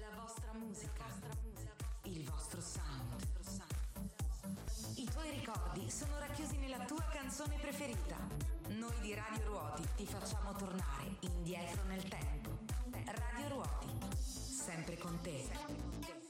La vostra musica, il vostro sound. I tuoi ricordi sono racchiusi nella tua canzone preferita. Noi di Radio Ruoti ti facciamo tornare indietro nel tempo. Radio Ruoti, sempre con te.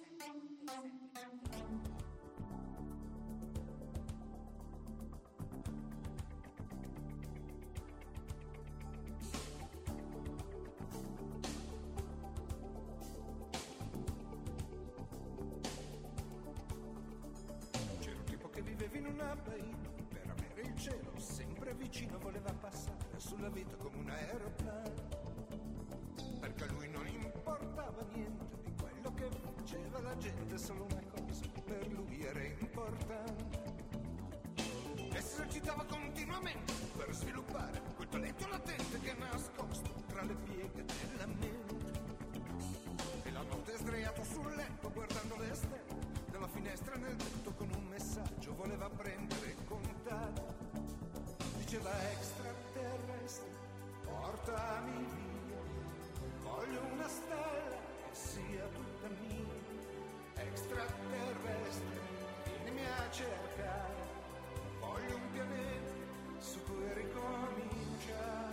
Per avere il cielo sempre vicino voleva passare sulla vita come un aeroplano, perché a lui non importava niente di quello che faceva la gente, solo una cosa per lui era importante. E si esercitava continuamente per sviluppare quel talento latente che è nascosto tra le pieghe della mente. E la notte sdraiato sul letto guardando le stelle dalla finestra nel tetto con un messaggio voleva prendere contatto. Diceva: extraterrestre, portami via, voglio una stella che sia tutta mia. Extraterrestre, vienimi a cercare, voglio un pianeta su cui ricominciare.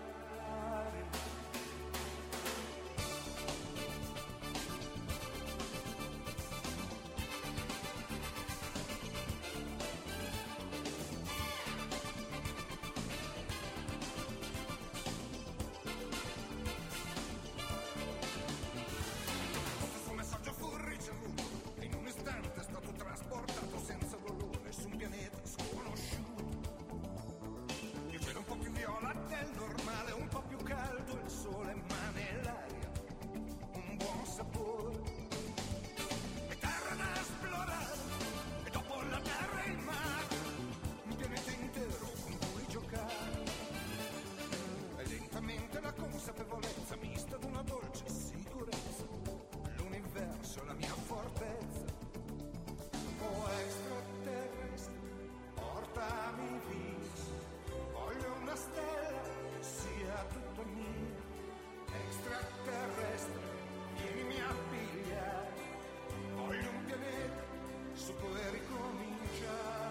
Consapevolezza mista ad una dolce sicurezza, l'universo è la mia fortezza. Oh extraterrestre, portami via, voglio una stella che sia tutta mia. Extraterrestre, vienimi a pigliare, voglio un pianeta su cui ricominciare.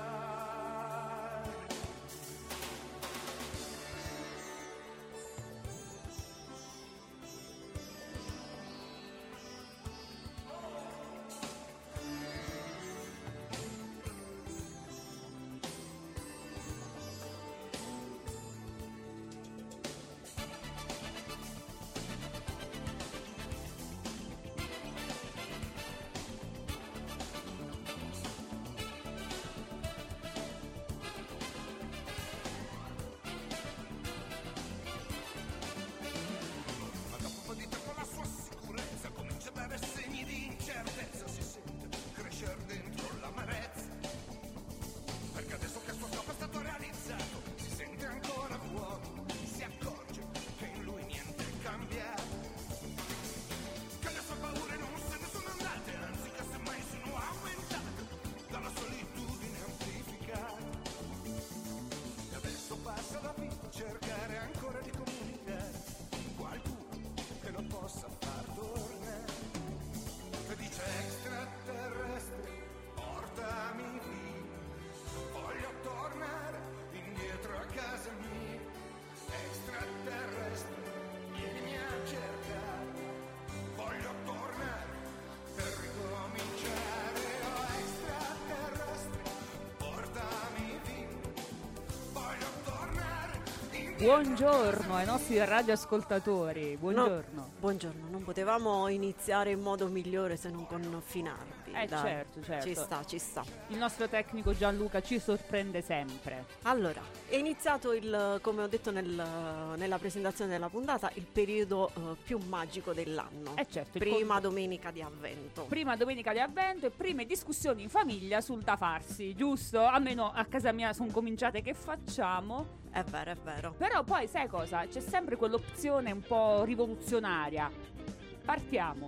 Buongiorno ai nostri radioascoltatori, buongiorno. No, buongiorno, non potevamo iniziare in modo migliore se non con Finardi. Dai, certo. Ci sta. Il nostro tecnico Gianluca ci sorprende sempre. Allora, è iniziato come ho detto nella presentazione della puntata, il periodo più magico dell'anno. Certo, prima domenica di Avvento. Prima domenica di Avvento e prime discussioni in famiglia sul da farsi, giusto? Almeno a casa mia sono cominciate che facciamo. È vero. Però poi sai cosa? C'è sempre quell'opzione un po' rivoluzionaria. Partiamo.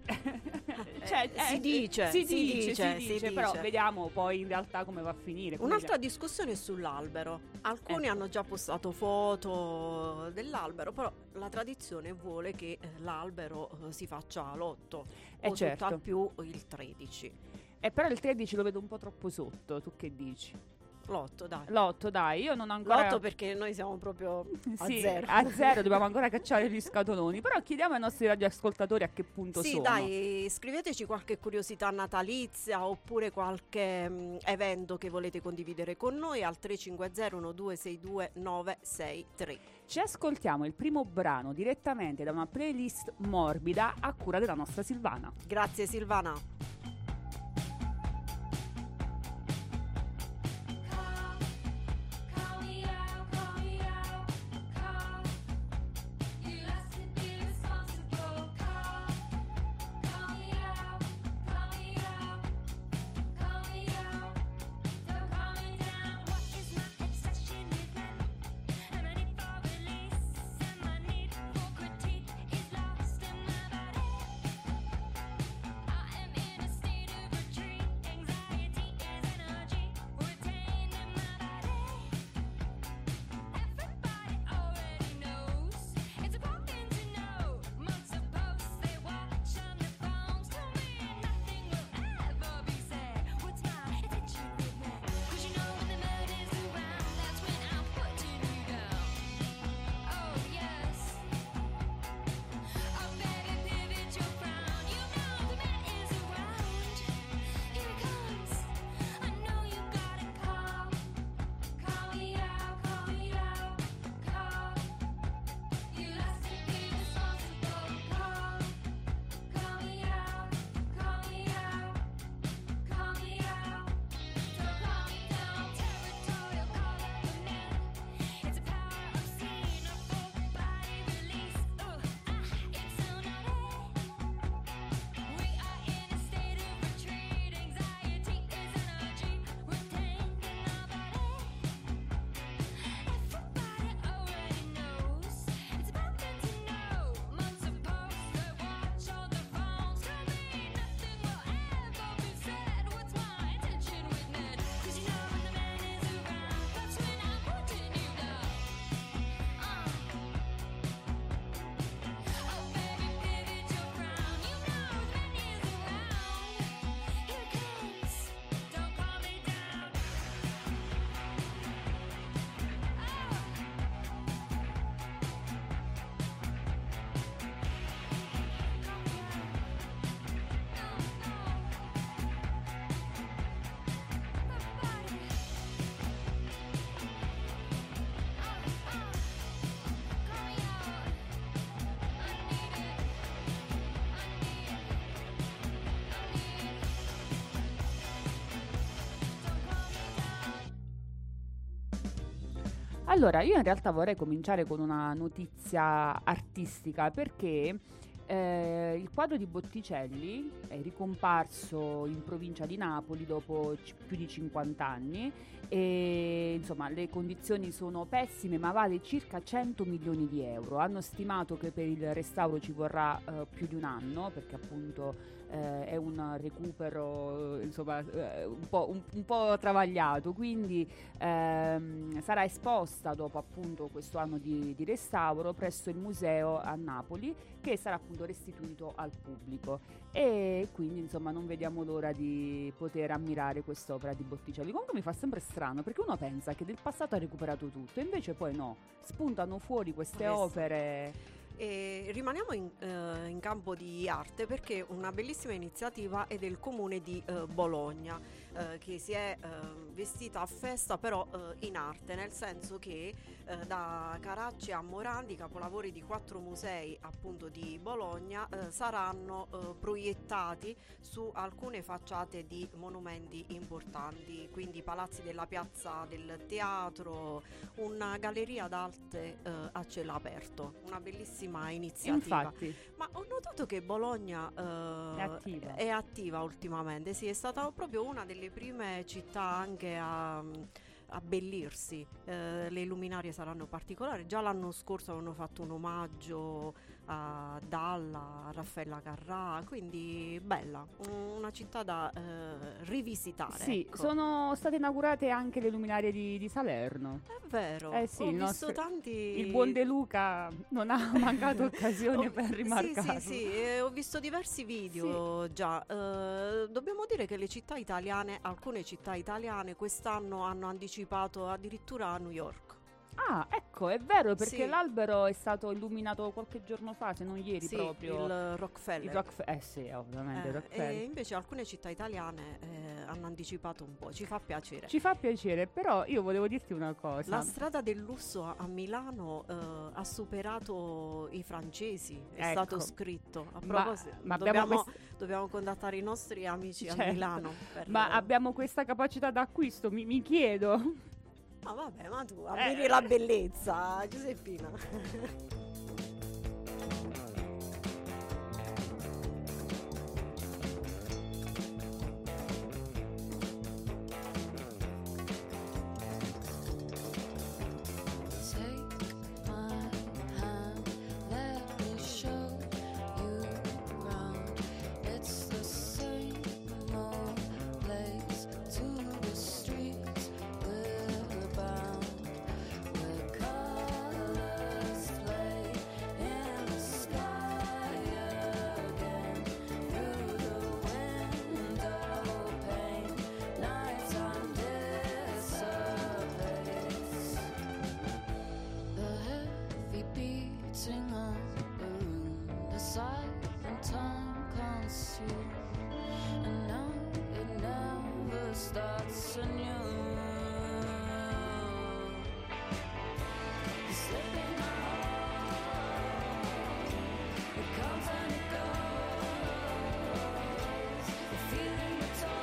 Si dice, però vediamo poi in realtà come va a finire. Un'altra discussione è sull'albero. Alcuni hanno già postato foto dell'albero, però la tradizione vuole che l'albero si faccia l'8 o tutt'al più il 13. Però il 13 lo vedo un po' troppo sotto, tu che dici? L'8 dai, io non ho ancora... L'8 perché noi siamo proprio a sì, zero. A zero, dobbiamo ancora cacciare gli scatoloni. Però chiediamo ai nostri radioascoltatori a che punto sono. Sì, dai, scriveteci qualche curiosità natalizia oppure qualche evento che volete condividere con noi al 350 1262 963. Ci ascoltiamo il primo brano direttamente da una playlist morbida a cura della nostra Silvana. Grazie Silvana. Allora, io in realtà vorrei cominciare con una notizia artistica perché il quadro di Botticelli è ricomparso in provincia di Napoli dopo più di 50 anni e insomma le condizioni sono pessime, ma vale circa 100 milioni di euro. Hanno stimato che per il restauro ci vorrà più di un anno perché appunto è un recupero insomma un po' travagliato, quindi sarà esposta dopo appunto questo anno di restauro presso il museo a Napoli, che sarà appunto restituito al pubblico, e quindi insomma non vediamo l'ora di poter ammirare quest'opera di Botticelli. Comunque mi fa sempre strano perché uno pensa che del passato ha recuperato tutto e invece poi no, spuntano fuori queste opere. E rimaniamo in campo di arte perché una bellissima iniziativa è del comune di Bologna, che si è vestita a festa però in arte, nel senso che da Caracci a Morandi, capolavori di 4 musei appunto di Bologna, saranno proiettati su alcune facciate di monumenti importanti, quindi palazzi della piazza del teatro, una galleria d'arte a cielo aperto, una bellissima iniziativa. Infatti. Ma ho notato che Bologna è attiva ultimamente, sì, è stata proprio una delle prime città anche a abbellirsi. Le luminarie saranno particolari. Già l'anno scorso avevano fatto un omaggio a Dalla, a Raffaella Carrà, quindi bella, una città da rivisitare. Sì, ecco. sono state inaugurate anche le luminarie di Salerno. È vero, Sì, ho il visto nostro- tanti... Il buon De Luca non ha mancato occasione per rimarcarlo. Sì, ho visto diversi video già. Dobbiamo dire che le città italiane, alcune città italiane, quest'anno hanno anticipato addirittura a New York. Ah, ecco, è vero, perché Sì. l'albero è stato illuminato qualche giorno fa, se non ieri Sì, proprio. il Rockefeller. Sì, ovviamente, il E Rockefeller. invece alcune città italiane hanno anticipato un po', ci fa piacere. Ci fa piacere, però io volevo dirti una cosa. La strada del lusso a Milano ha superato i francesi, è Ecco. stato scritto. A Ma- proposito, ma abbiamo dobbiamo contattare i nostri amici a Certo. Milano. Ma abbiamo questa capacità d'acquisto, mi chiedo. Ma vabbè, ma tu ammiri la bellezza, Giuseppina. Take my hand, let me show you around. It's the same old place, to the streets we're bound, where colors play in the sky again, through the window pane, nighttime dissipates. The heavy beating on the room, the silent time consumed, and now it never starts anew. You slip in my heart, it comes and it goes. The feeling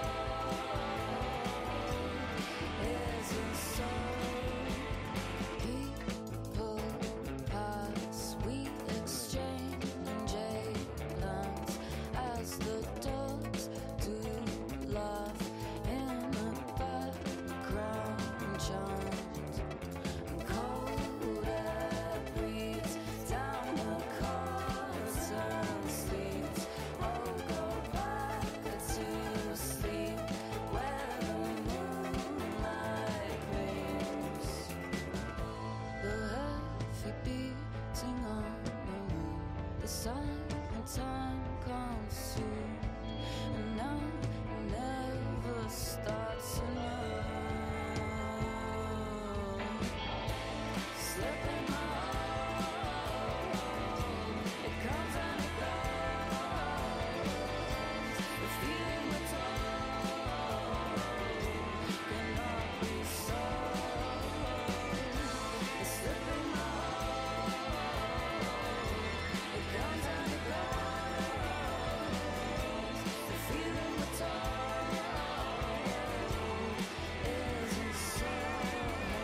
returns isn't so. People pass, we exchange a glance as the dogs do laugh in the background chant. Cold air breathes down the curtain sleeves. Oh, go back to sleep where the moonlight gleams. The heavy beating on the room, the silent time comes soon, and now it never starts anew. Slip in my heart, it comes and it goes. The feeling returns cannot be solved. The slip in my heart, it comes and it goes. The feeling returns isn't solved.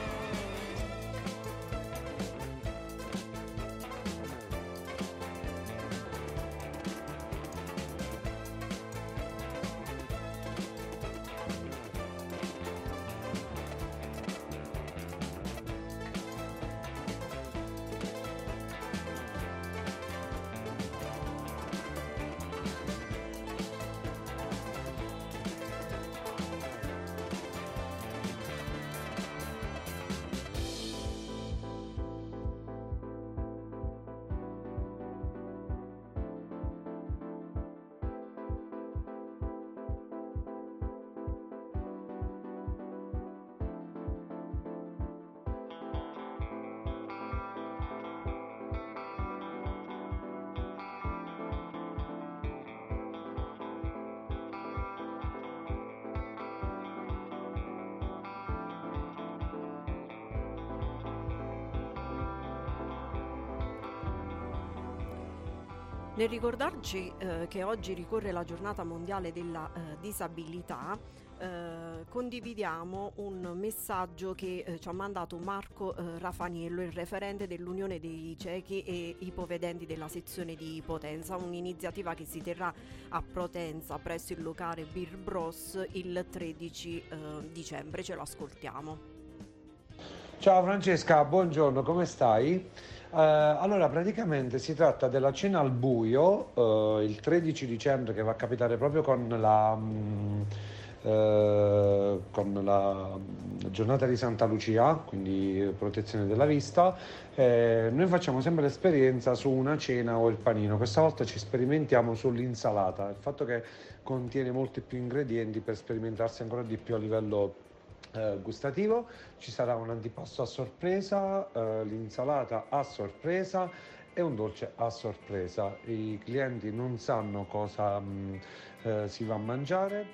Nel ricordarci che oggi ricorre la giornata mondiale della disabilità, condividiamo un messaggio che ci ha mandato Marco Rafaniello, il referente dell'Unione dei Ciechi e Ipovedenti della sezione di Potenza, un'iniziativa che si terrà a Potenza presso il locale Beer Bros il 13 dicembre. Ce l'ascoltiamo. Ciao Francesca, buongiorno, come stai? Allora, praticamente si tratta della cena al buio, il 13 dicembre che va a capitare proprio con la giornata di Santa Lucia, quindi protezione della vista. Noi facciamo sempre l'esperienza su una cena o il panino, questa volta ci sperimentiamo sull'insalata, il fatto che contiene molti più ingredienti per sperimentarsi ancora di più a livello gustativo. Ci sarà un antipasto a sorpresa, l'insalata a sorpresa e un dolce a sorpresa. I clienti non sanno cosa si va a mangiare.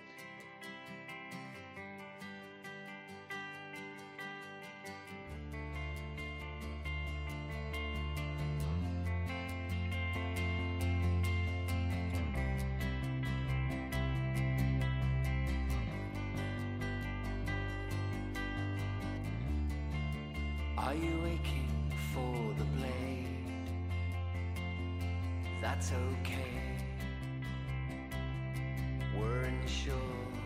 Are you aching for the blade? That's okay. We're insured.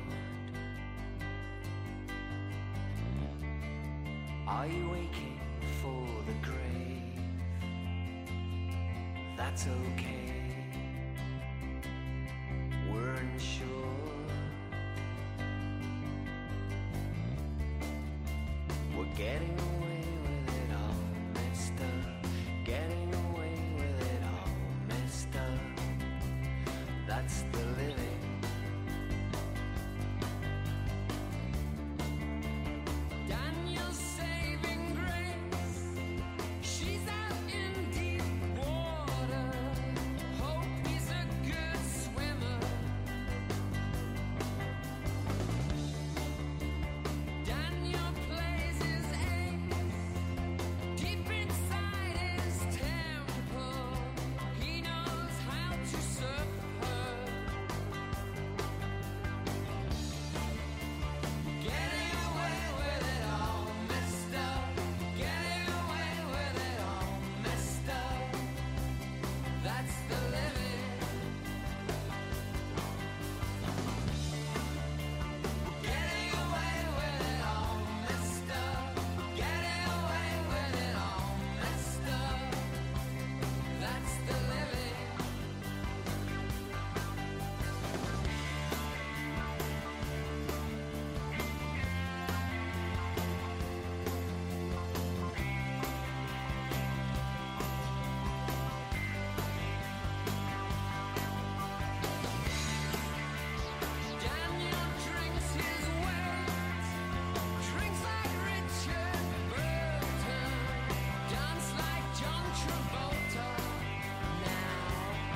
Are you aching for the grave? That's okay. We're insured. We're getting away with it all, mister. Getting away with it all, mister. That's the living. Daniel's saving grace. She's out in deep water. Hope he's a good swimmer. Daniel plays his ace deep inside his temple. He knows how to serve her. Getting away with it all, mister. Getting away with it all, mister. That's the living. Getting away with it all, mister. Getting away with it all, mister. That's the living. Daniel drinks his weight, drinks like Richard Burton, dance like John Travolta. Now,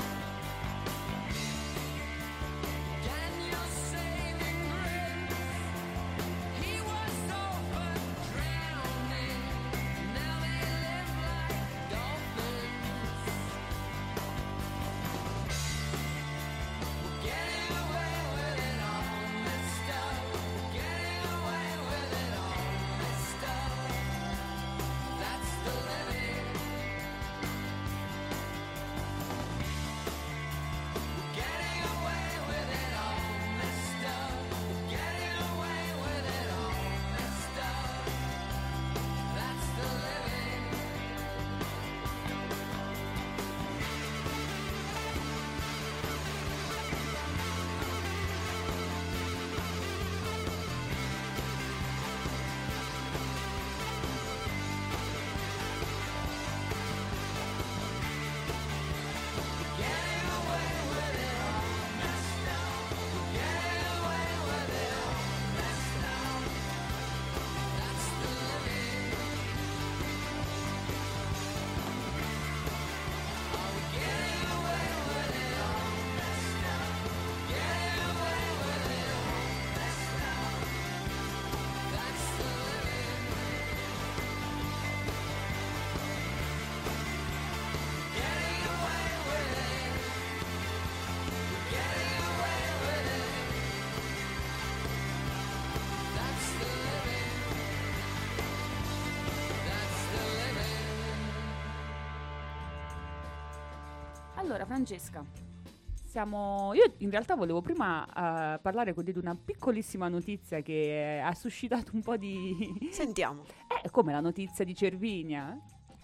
Daniel's saving grace. He was over drowning. Now they live like dolphins. Getting away with it all, mister. Getting away with it all, mister. That's the living. Getting away with it all, mister. Getting away with it all, mister. That's the living. Getting away with it all, mister. Getting away with it all, mister. That's the living. Are we getting away with it all, mister? Getting away with it all, mister. That's the living. Getting away with it. Getting away with it. That's the living. That's the living. Allora, Francesca, io in realtà volevo prima parlare con te di una piccolissima notizia che ha suscitato un po' di... Sentiamo. come la notizia di Cervinia.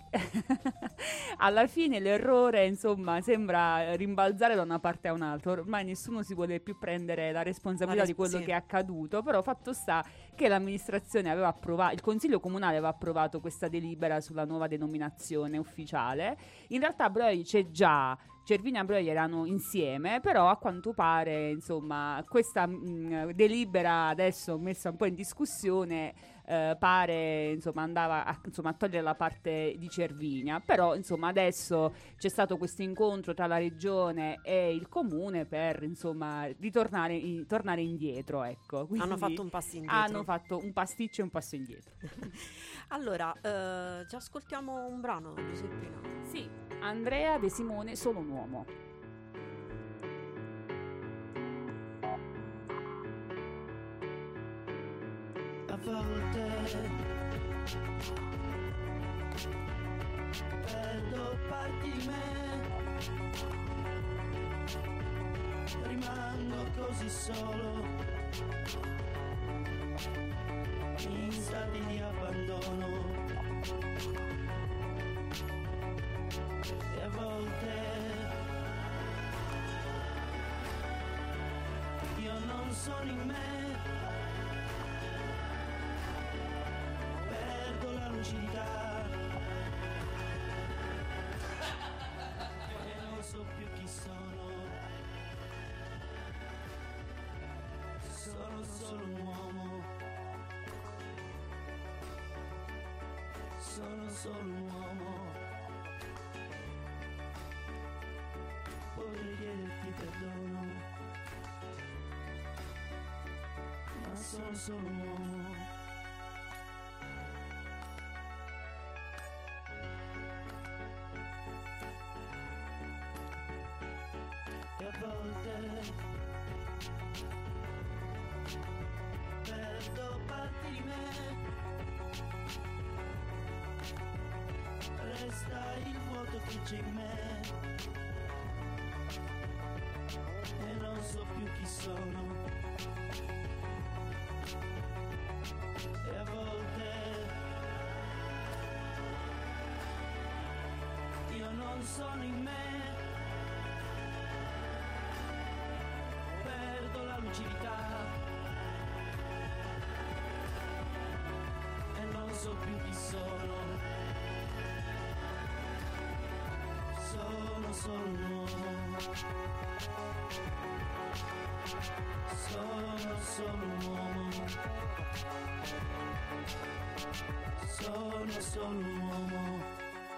Alla fine l'errore, insomma, sembra rimbalzare da una parte a un'altra. Ormai nessuno si vuole più prendere la responsabilità di quello che è accaduto. Però fatto sta che l'amministrazione aveva approvato, il consiglio comunale aveva approvato questa delibera sulla nuova denominazione ufficiale. In realtà Broglie c'è già, Cervinia e Broglie erano insieme, però a quanto pare, insomma, questa delibera adesso messa un po' in discussione pare, insomma, andava a togliere la parte di Cervinia. Però, insomma, adesso c'è stato questo incontro tra la regione e il comune per, insomma, tornare indietro, ecco. Quindi hanno fatto un passo indietro. Hanno fatto un pasticcio e un passo indietro. Allora, ci ascoltiamo un brano, Giuseppina. Sì, Andrea De Simone, Solo un uomo. A volte perdo parti di me, rimango così solo, in stati di abbandono. E a volte io non sono in me, perdo la lucidità e non so più chi sono solo un uomo, sono solo un uomo. Potrei chiederti perdono, ma sono solo un uomo. E a volte perdo parti di me, resta il vuoto che c'è in me e non so più chi sono. E a volte io non sono in me, perdo la lucidità e non so più chi sono. Sono solo un uomo, sono solo un uomo, sono solo un uomo.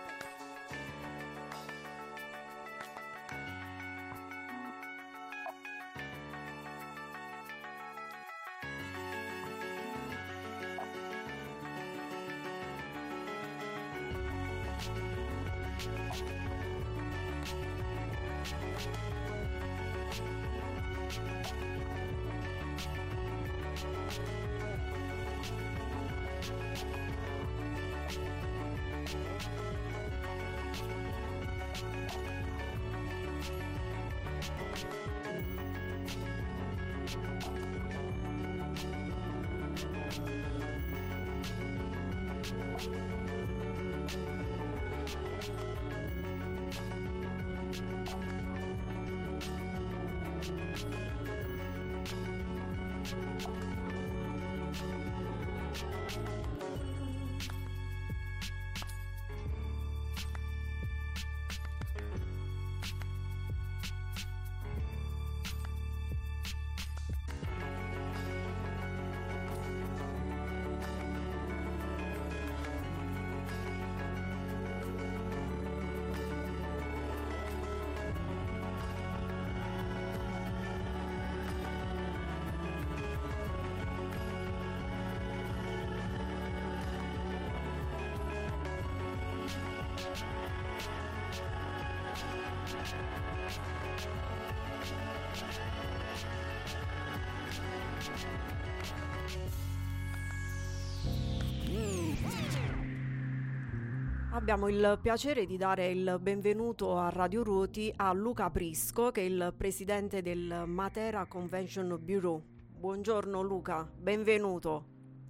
Abbiamo il piacere di dare il benvenuto a Radio Ruoti a Luca Prisco, che è il presidente del Matera Convention Bureau. Buongiorno Luca, benvenuto.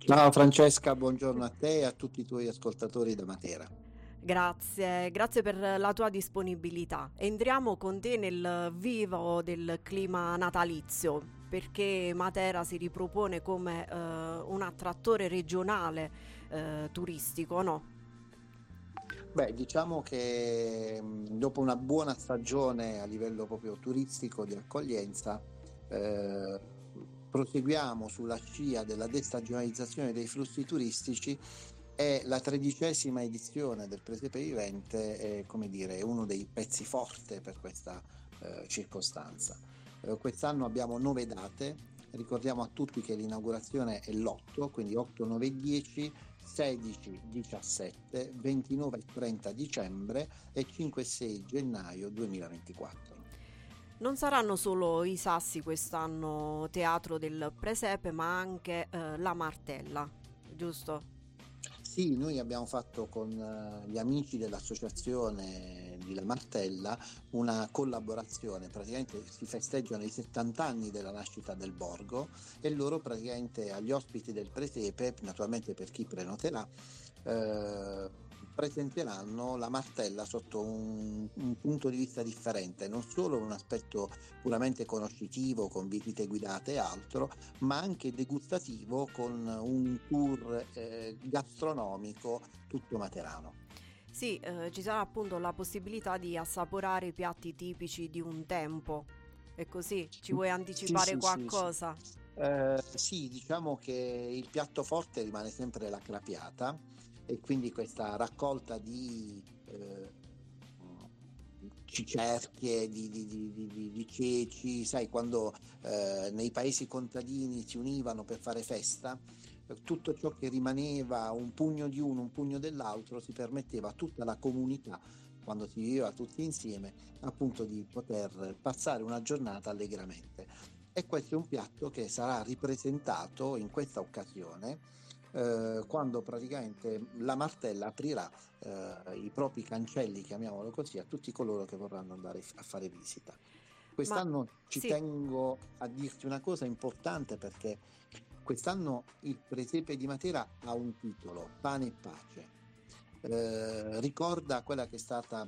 Ciao Francesca, buongiorno a te e a tutti i tuoi ascoltatori da Matera. Grazie per la tua disponibilità. Entriamo con te nel vivo del clima natalizio, perché Matera si ripropone come un attrattore regionale turistico, no? Beh, diciamo che dopo una buona stagione a livello proprio turistico di accoglienza, eh, proseguiamo sulla scia della destagionalizzazione dei flussi turistici e la 13ª edizione del Presepe Vivente è, come dire, uno dei pezzi forte per questa circostanza. Quest'anno abbiamo 9 date, ricordiamo a tutti che l'inaugurazione è l'8, quindi 8, 9 e 10, 16, 17, 29 e 30 dicembre e 5 e 6 gennaio 2024. Non saranno solo i Sassi quest'anno teatro del Presepe, ma anche la Martella, giusto? Sì, noi abbiamo fatto con gli amici dell'associazione di La Martella una collaborazione, praticamente si festeggiano i 70 anni della nascita del borgo e loro praticamente agli ospiti del Presepe, naturalmente per chi prenoterà, presenteranno la Martella sotto un punto di vista differente, non solo un aspetto puramente conoscitivo con visite guidate e altro, ma anche degustativo con un tour gastronomico tutto materano. Sì, ci sarà appunto la possibilità di assaporare i piatti tipici di un tempo. È così? Ci vuoi anticipare qualcosa? Sì, diciamo che il piatto forte rimane sempre la crapiata e quindi questa raccolta di cicerchie, di ceci, sai, quando nei paesi contadini si univano per fare festa, tutto ciò che rimaneva, un pugno di uno, un pugno dell'altro, si permetteva a tutta la comunità, quando si viveva tutti insieme, appunto di poter passare una giornata allegramente. E questo è un piatto che sarà ripresentato in questa occasione quando praticamente la Martella aprirà i propri cancelli, chiamiamolo così, a tutti coloro che vorranno andare a fare visita. Quest'anno ci tengo a dirti una cosa importante, perché quest'anno il Presepe di Matera ha un titolo, Pane e Pace. Ricorda quella che è stata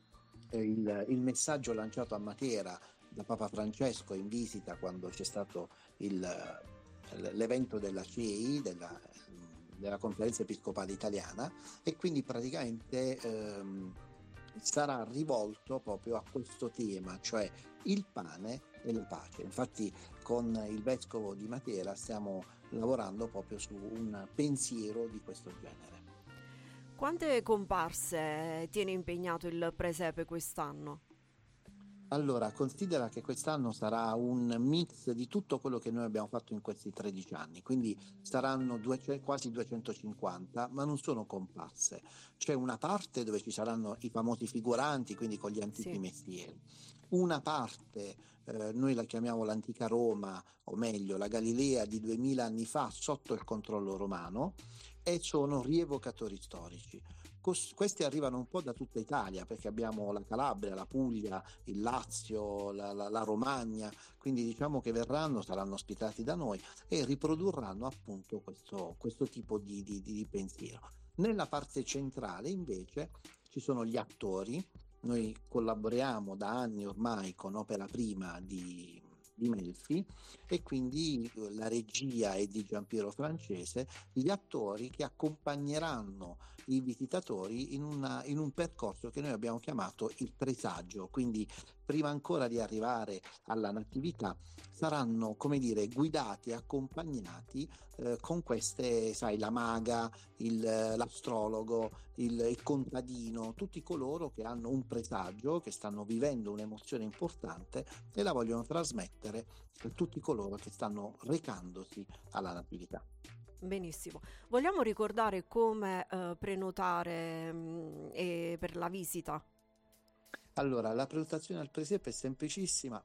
il messaggio lanciato a Matera da Papa Francesco in visita quando c'è stato l'evento della CEI, della Conferenza Episcopale Italiana, e quindi praticamente sarà rivolto proprio a questo tema, cioè il pane e la pace. Infatti con il Vescovo di Matera stiamo lavorando proprio su un pensiero di questo genere. Quante comparse tiene impegnato il Presepe quest'anno? Allora, considera che quest'anno sarà un mix di tutto quello che noi abbiamo fatto in questi 13 anni, quindi saranno quasi 250, ma non sono comparse. C'è una parte dove ci saranno i famosi figuranti, quindi con gli antichi mestieri. Una parte, noi la chiamiamo l'antica Roma, o meglio la Galilea di 2000 anni fa sotto il controllo romano, e sono rievocatori storici. Questi arrivano un po' da tutta Italia, perché abbiamo la Calabria, la Puglia, il Lazio, la Romagna, quindi diciamo che saranno ospitati da noi e riprodurranno appunto questo tipo di pensiero. Nella parte centrale invece ci sono gli attori. Noi collaboriamo da anni ormai con Opera Prima di Melfi, e quindi la regia è di Giampiero Francese, gli attori che accompagneranno i visitatori in un percorso che noi abbiamo chiamato il presagio, quindi prima ancora di arrivare alla natività saranno, come dire, guidati e accompagnati con queste, sai, la maga, l'astrologo, il contadino, tutti coloro che hanno un presagio, che stanno vivendo un'emozione importante e la vogliono trasmettere a tutti coloro che stanno recandosi alla natività. Benissimo. Vogliamo ricordare come prenotare per la visita? Allora, la prenotazione al Presepe è semplicissima,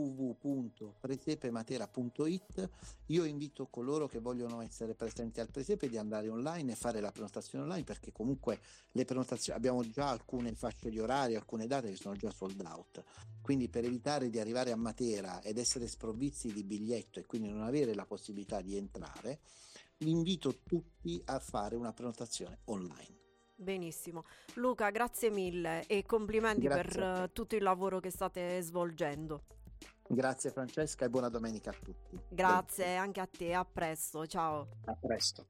www.presepematera.it. Io invito coloro che vogliono essere presenti al Presepe di andare online e fare la prenotazione online, perché comunque le prenotazioni, abbiamo già alcune fasce di orario, alcune date che sono già sold out, quindi per evitare di arrivare a Matera ed essere sprovvisti di biglietto e quindi non avere la possibilità di entrare, invito tutti a fare una prenotazione online. Benissimo. Luca, grazie mille e complimenti Grazie a per te. tutto il lavoro che state svolgendo. Grazie Francesca e buona domenica a tutti. Grazie anche a te, a presto, ciao. A presto.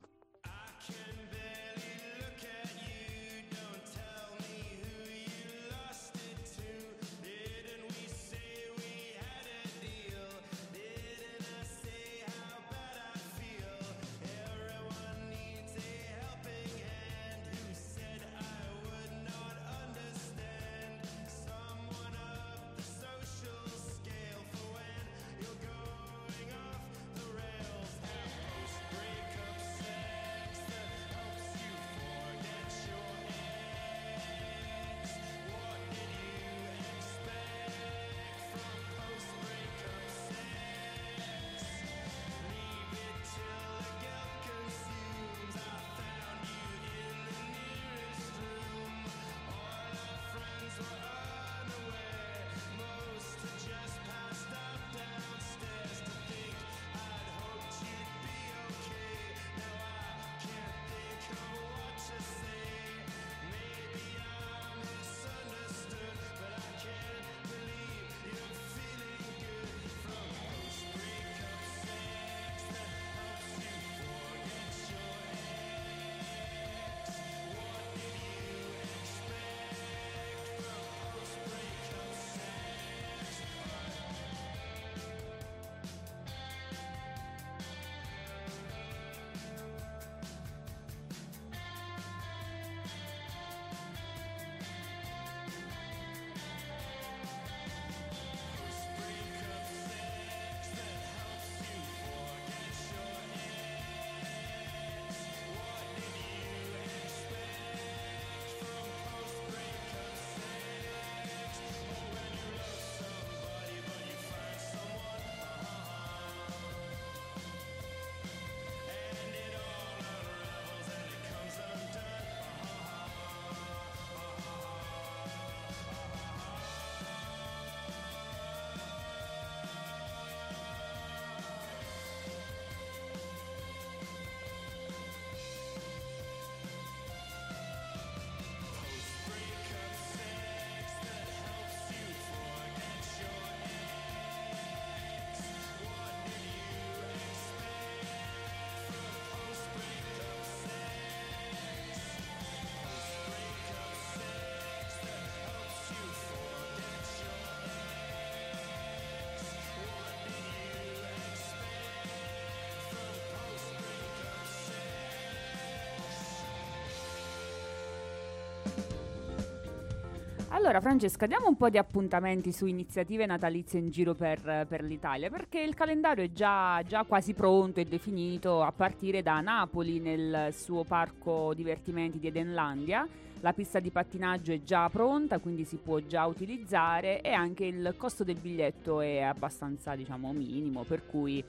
Allora Francesca, diamo un po' di appuntamenti su iniziative natalizie in giro per l'Italia, perché il calendario è già quasi pronto e definito, a partire da Napoli nel suo parco divertimenti di Edenlandia. La pista di pattinaggio è già pronta, quindi si può già utilizzare, e anche il costo del biglietto è abbastanza, diciamo, minimo, per cui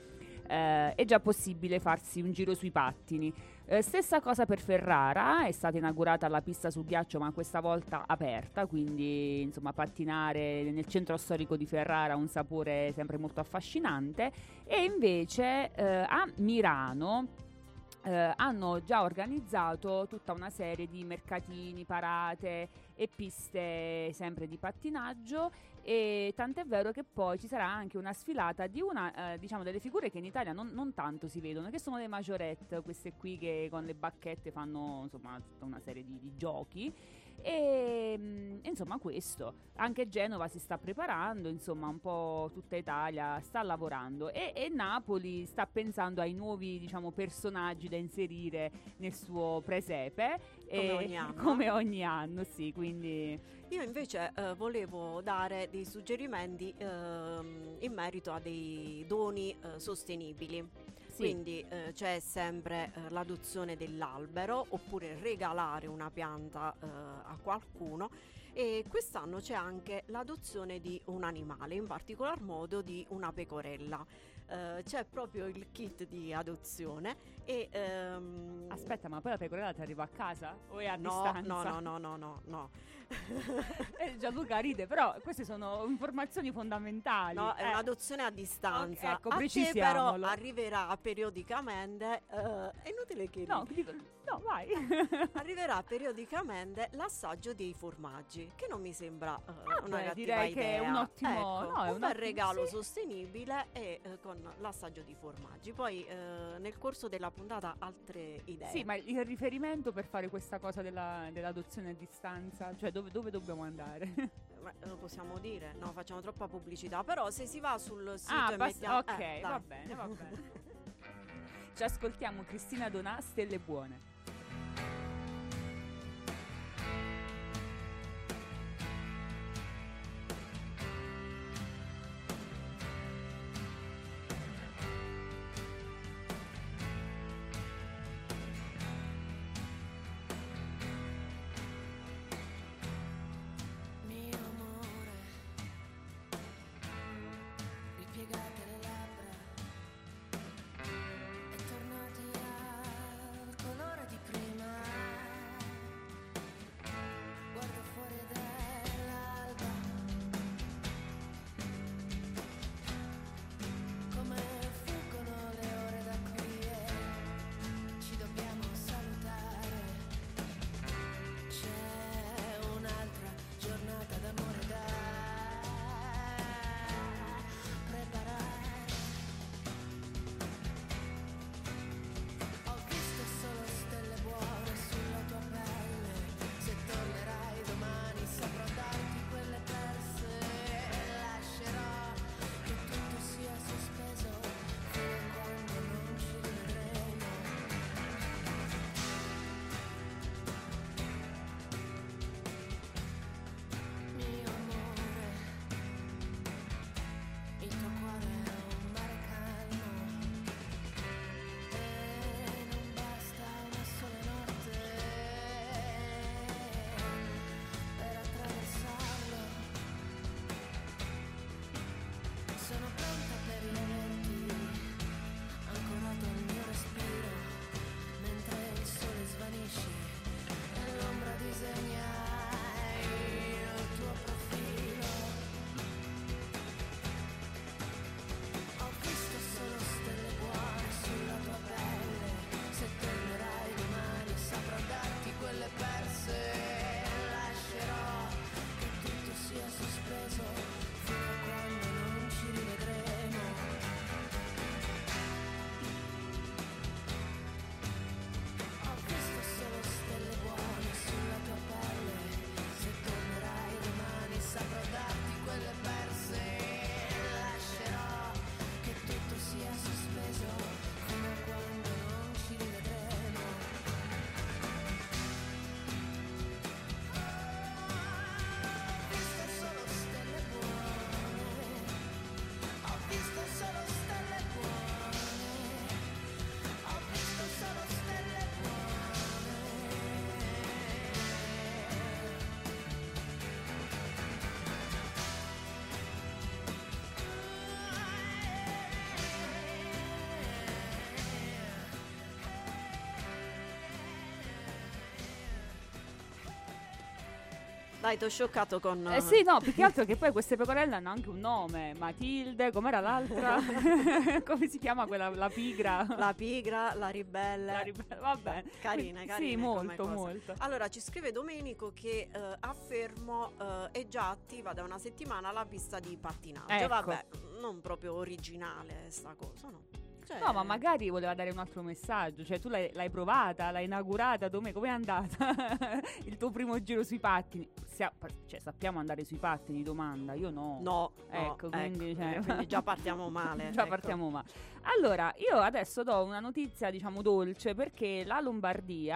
è già possibile farsi un giro sui pattini. Stessa cosa per Ferrara, è stata inaugurata la pista su ghiaccio, ma questa volta aperta, quindi insomma pattinare nel centro storico di Ferrara ha un sapore sempre molto affascinante. E invece a Mirano hanno già organizzato tutta una serie di mercatini, parate e piste sempre di pattinaggio, e tant'è vero che poi ci sarà anche una sfilata di una diciamo delle figure che in Italia non tanto si vedono, che sono le majorette, queste qui che con le bacchette fanno insomma tutta una serie di giochi. E insomma questo, anche Genova si sta preparando, insomma un po' tutta Italia sta lavorando, e Napoli sta pensando ai nuovi, diciamo, personaggi da inserire nel suo presepe, Come ogni anno. come ogni anno, sì, quindi Io invece volevo dare dei suggerimenti in merito a dei doni sostenibili. sì. Quindi c'è sempre l'adozione dell'albero, oppure regalare una pianta a qualcuno, e quest'anno c'è anche l'adozione di un animale, in particolar modo di una pecorella. C'è proprio il kit di adozione e Aspetta, ma poi la pecorella ti arriva a casa? O è a no, distanza? no. Gianluca ride, però queste sono informazioni fondamentali. No, è un'adozione a distanza. Ok, ecco, a te però precisiamolo. arriverà periodicamente, è inutile che No, ridi. no, vai. Arriverà periodicamente l'assaggio dei formaggi, che non mi sembra una beh, cattiva direi idea. che è un ottimo, Ecco, no, è un un bel ottimo- regalo sì. sostenibile e con l'assaggio di formaggi. Poi nel corso della puntata altre idee. Sì, ma il riferimento per fare questa cosa dell'adozione a distanza, cioè dove dobbiamo andare? Ma lo possiamo dire? No, facciamo troppa pubblicità. Però se si va sul sito Ah, e mettiamo... ok, dai. va bene. Ci ascoltiamo Cristina Donà, Stelle Buone. Mio amore, ripiegate le labbra e tornati al colore di prima. Guardo fuori dall'alba, come fuggono le ore da qui e ci dobbiamo salutare. C'è un'altra giornata d'amore da preparare. Ho visto solo stelle buone sulla tua pelle. Se tornerai domani saprò darti quelle perse. Lascerò che tutto sia sospeso fino a quando non ci rivedremo. Mio amore, il tuo cuore è un mare calmo e non basta una sola notte per attraversarlo. Sono pronta per riaverti ancorato al mio respiro mentre il sole svanisce e l'ombra disegna il tuo profilo. Ho visto solo stelle buone sulla tua pelle. Se tornerai domani saprò darti quelle perse. Lascerò che tutto sia sospeso fino a quando non ci rivedremo. Ho visto solo stelle buone sulla tua pelle. Se tornerai domani saprò darti quelle perse. Lascerò che tutto sia sospeso fino a quando non ci rivedremo. Ho visto solo stelle buone. Ho visto solo stelle buone. Ho visto solo stelle buone. Dai, ti ho scioccato con... Sì, no, più che altro che poi queste pecorelle hanno anche un nome. Matilde, com'era l'altra? Come si chiama quella, la pigra? La pigra, la ribelle. Vabbè. Carine, Sì, come molto, cose. molto. Allora, ci scrive Domenico che a Fermo è già attiva da una settimana la pista di pattinaggio. Ecco. Vabbè, non proprio originale sta cosa, no? Cioè, No, ma magari voleva dare un altro messaggio. Cioè, tu l'hai provata, l'hai inaugurata. Com'è andata il tuo primo giro sui pattini? Cioè, sappiamo andare sui pattini? Domanda. Io no. No, Ecco, quindi, cioè, quindi già partiamo male. Già ecco. partiamo male. Allora, io adesso do una notizia, diciamo, dolce, perché la Lombardia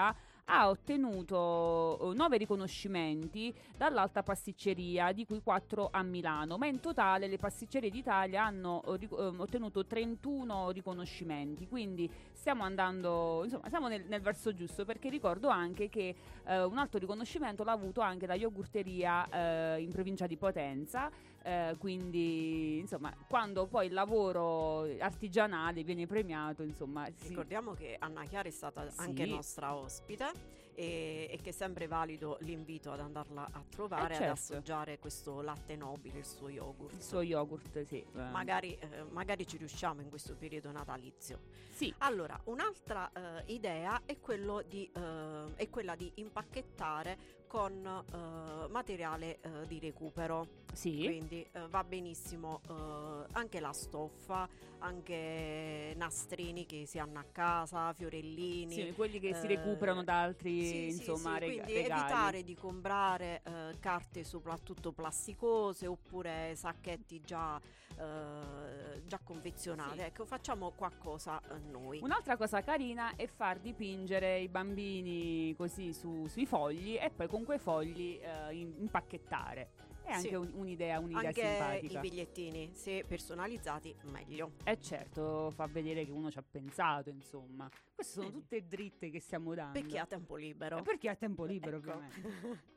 ha ottenuto 9 riconoscimenti dall'Alta Pasticceria, di cui 4 a Milano, ma in totale le pasticcerie d'Italia hanno ottenuto 31 riconoscimenti, quindi stiamo andando, insomma, siamo nel verso giusto, perché ricordo anche che un altro riconoscimento l'ha avuto anche la yogurteria in provincia di Potenza, quindi insomma quando poi il lavoro artigianale viene premiato, insomma ricordiamo che Anna Chiara è stata anche nostra ospite e che è sempre valido l'invito ad andarla a trovare, ad assaggiare questo latte nobile, il suo yogurt, sì. Magari ci riusciamo in questo periodo natalizio. Sì. Allora, un'altra idea è quella di impacchettare con materiale di recupero. Sì. Quindi va benissimo anche la stoffa, anche nastrini che si hanno a casa, fiorellini. Sì, quelli che si recuperano da altri, insomma, quindi regali. evitare di comprare carte soprattutto plasticose oppure sacchetti già confezionati. Ecco, facciamo qualcosa noi. Un'altra cosa carina è far dipingere i bambini così sui fogli e poi con quei fogli impacchettare. È anche un'idea anche simpatica. I bigliettini, se personalizzati, meglio. Certo, fa vedere che uno ci ha pensato, insomma. Queste sono tutte dritte che stiamo dando. Per chi ha tempo libero. Per chi ha tempo libero, ecco. Ovviamente.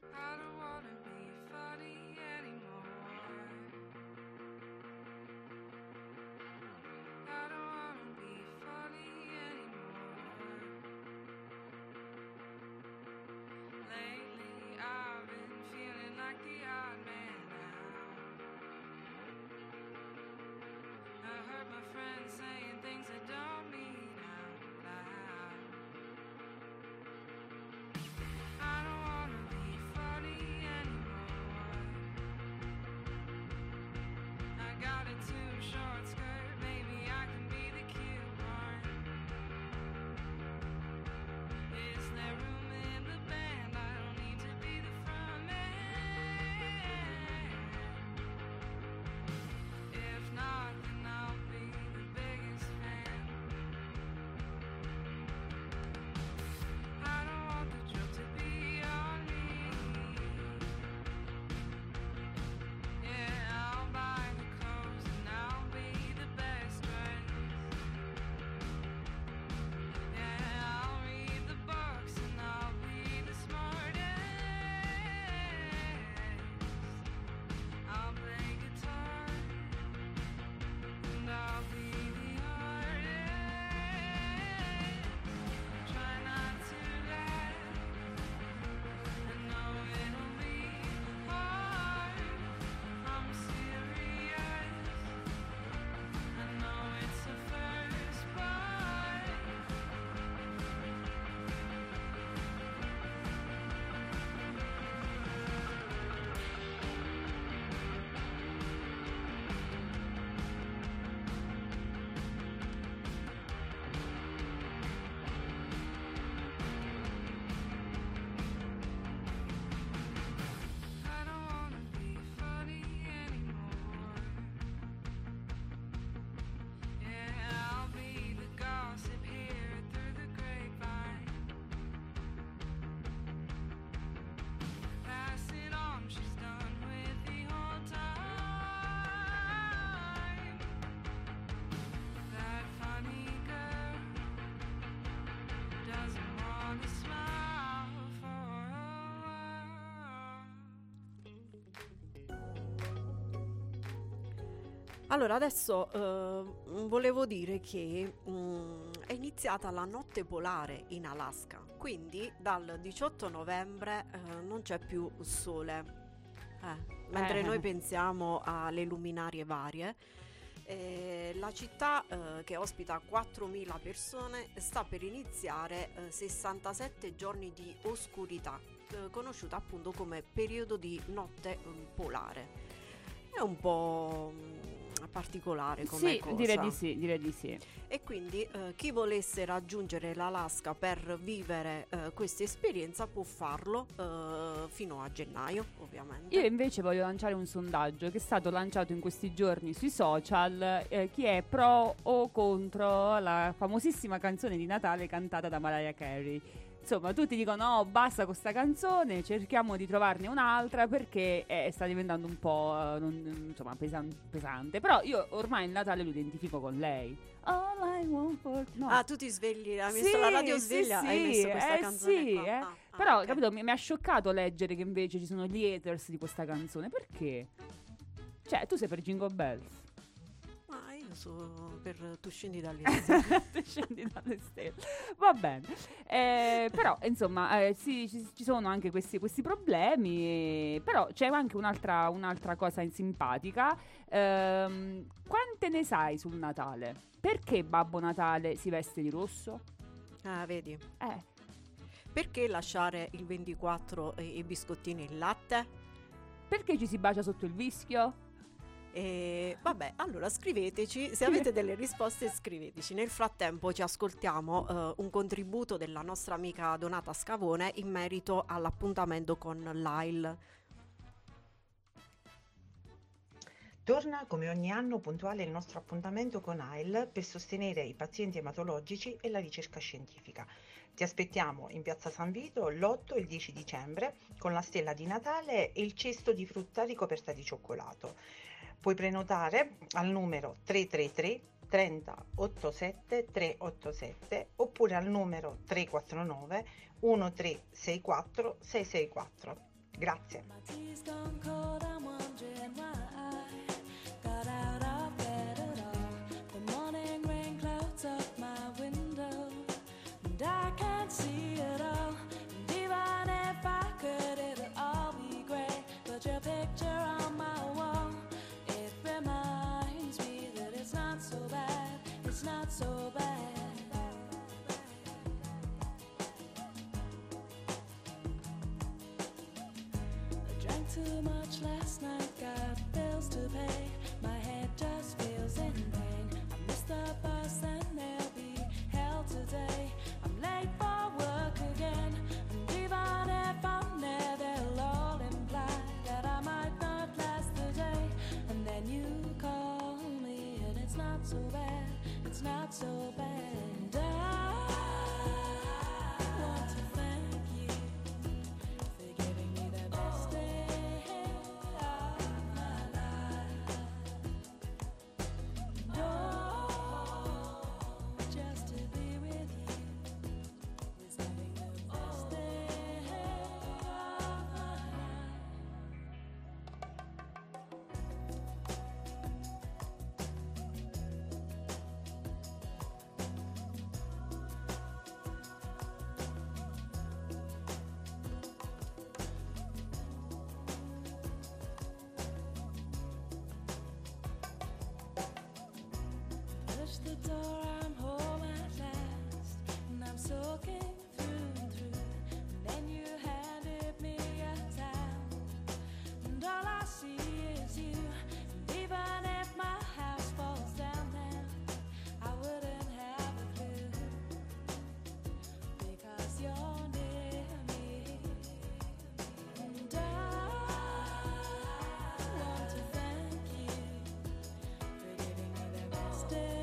Allora, adesso volevo dire che è iniziata la notte polare in Alaska, quindi dal 18 novembre non c'è più sole, mentre noi pensiamo alle luminarie varie. La città che ospita 4.000 persone sta per iniziare 67 giorni di oscurità, conosciuta appunto come periodo di notte polare. È un po' particolare come cosa. Direi di sì. E quindi chi volesse raggiungere l'Alaska per vivere questa esperienza può farlo fino a gennaio, ovviamente. Io invece voglio lanciare un sondaggio che è stato lanciato in questi giorni sui social, chi è pro o contro la famosissima canzone di Natale cantata da Mariah Carey. insomma tutti dicono oh, basta con sta canzone, cerchiamo di trovarne un'altra perché sta diventando un po' insomma pesante. Però io ormai il Natale lo identifico con lei. All I want for... no. Ah, tu ti svegli, hai messo la radio sveglia, hai messo questa canzone sì, qua. Però ok. capito, mi ha scioccato leggere che invece ci sono gli haters di questa canzone. Perché? Cioè tu sei per Jingle Bells. Ma io sono per Tu scendi dalle Tu scendi dalle stelle. Va bene. Però insomma ci sono anche questi problemi, però c'è anche un'altra cosa simpatica. Quante ne sai sul Natale? Perché Babbo Natale si veste di rosso? Ah, vedi? Perché lasciare il 24 i biscottini in latte? Perché ci si bacia sotto il vischio? Vabbè, allora scriveteci, se avete delle risposte scriveteci. Nel frattempo ci ascoltiamo un contributo della nostra amica Donata Scavone in merito all'appuntamento con l'AIL. Torna come ogni anno puntuale il nostro appuntamento con AIL per sostenere i pazienti ematologici e la ricerca scientifica. Ti aspettiamo in Piazza San Vito l'8 e il 10 dicembre con la stella di Natale e il cesto di frutta ricoperta di cioccolato. Puoi prenotare al numero 333 30 87 387 oppure al numero 349 1364 664. Grazie. I can't see it all, and even if I could, it'll all be great. But your picture on my wall, it reminds me that it's not so bad, it's not so bad. I drank too much last night, got bills to pay, my head just feels in pain. I missed the bus and there'll be hell today. Late for work again, and even if I'm there, they'll all imply that I might not last the day. And then you call me, and it's not so bad, it's not so bad. And I want to thank you for giving me the best day of my life. Oh, just to be with you. Push the door, I'm home at last, and I'm soaking through and through. And then you handed me a towel, and all I see is you. And even if my house falls down now, I wouldn't have a clue, because you're near me. And I want to thank you for giving me the best day.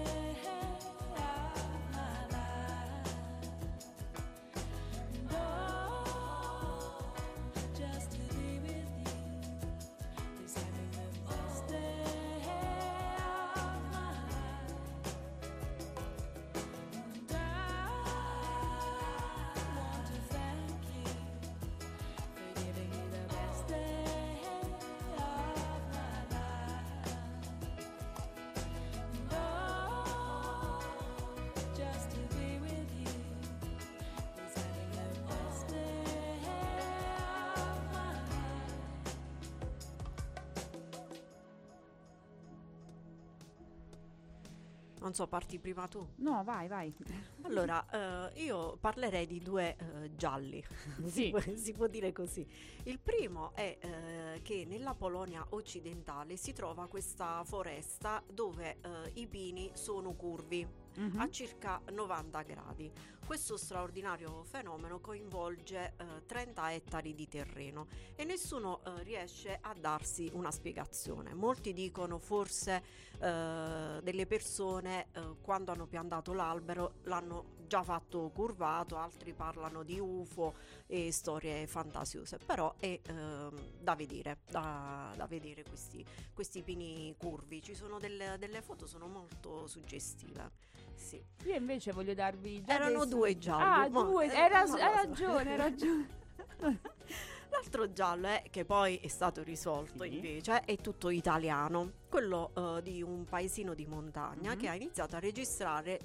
Non so, parti prima tu? No, vai. Allora, io parlerei di due gialli, Sì. si può dire così. Il primo è che nella Polonia occidentale si trova questa foresta dove i pini sono curvi a circa 90 gradi. Questo straordinario fenomeno coinvolge 30 ettari di terreno e nessuno riesce a darsi una spiegazione. Molti dicono forse delle persone quando hanno piantato l'albero l'hanno già fatto curvato, altri parlano di UFO e storie fantasiose, però è da vedere questi pini curvi. Ci sono delle foto, sono molto suggestive. Sì. Io invece voglio darvi erano due gialli. Due, hai ragione. L'altro giallo che poi è stato risolto invece è tutto italiano, quello di un paesino di montagna che ha iniziato a registrare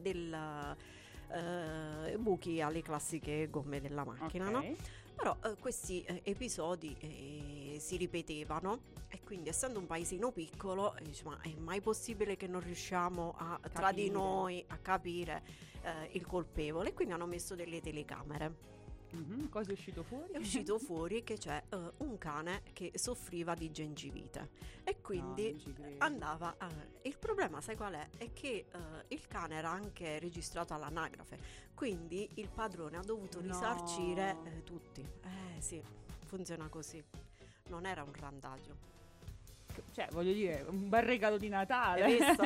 buchi alle classiche gomme della macchina, no? Però questi episodi si ripetevano e quindi, essendo un paesino piccolo, ma è mai possibile che non riusciamo tra di noi a capire il colpevole? E quindi hanno messo delle telecamere. Cosa è uscito fuori? È uscito fuori che c'è un cane che soffriva di gengivite e quindi andava il problema, sai qual è? È che il cane era anche registrato all'anagrafe, quindi il padrone ha dovuto risarcire tutti. Sì, funziona così, non era un randaggio, cioè voglio dire, un bel regalo di Natale. Hai visto?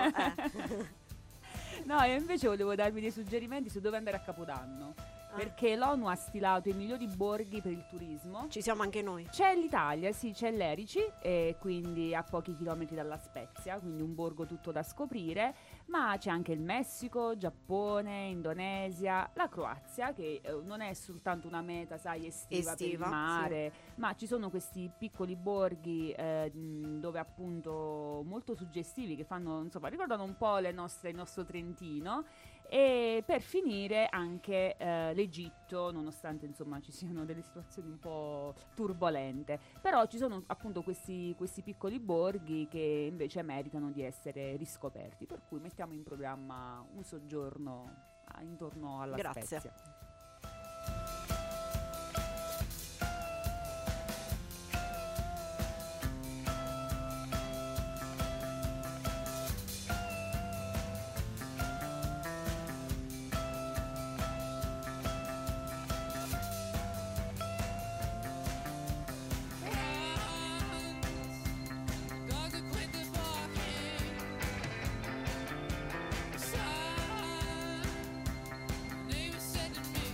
No, io invece volevo darvi dei suggerimenti su dove andare a Capodanno. Perché l'ONU ha stilato i migliori borghi per il turismo. Ci siamo anche noi. C'è l'Italia, sì, c'è l'Erici, e quindi a pochi chilometri dalla Spezia, quindi un borgo tutto da scoprire, ma c'è anche il Messico, Giappone, Indonesia, la Croazia, che non è soltanto una meta, sai, estiva per il mare, ma ci sono questi piccoli borghi dove appunto molto suggestivi, che fanno, insomma, ricordano un po' il nostro Trentino. E per finire anche l'Egitto, nonostante insomma ci siano delle situazioni un po' turbolente, però ci sono appunto questi piccoli borghi che invece meritano di essere riscoperti, per cui mettiamo in programma un soggiorno intorno alla Spezia. Said to me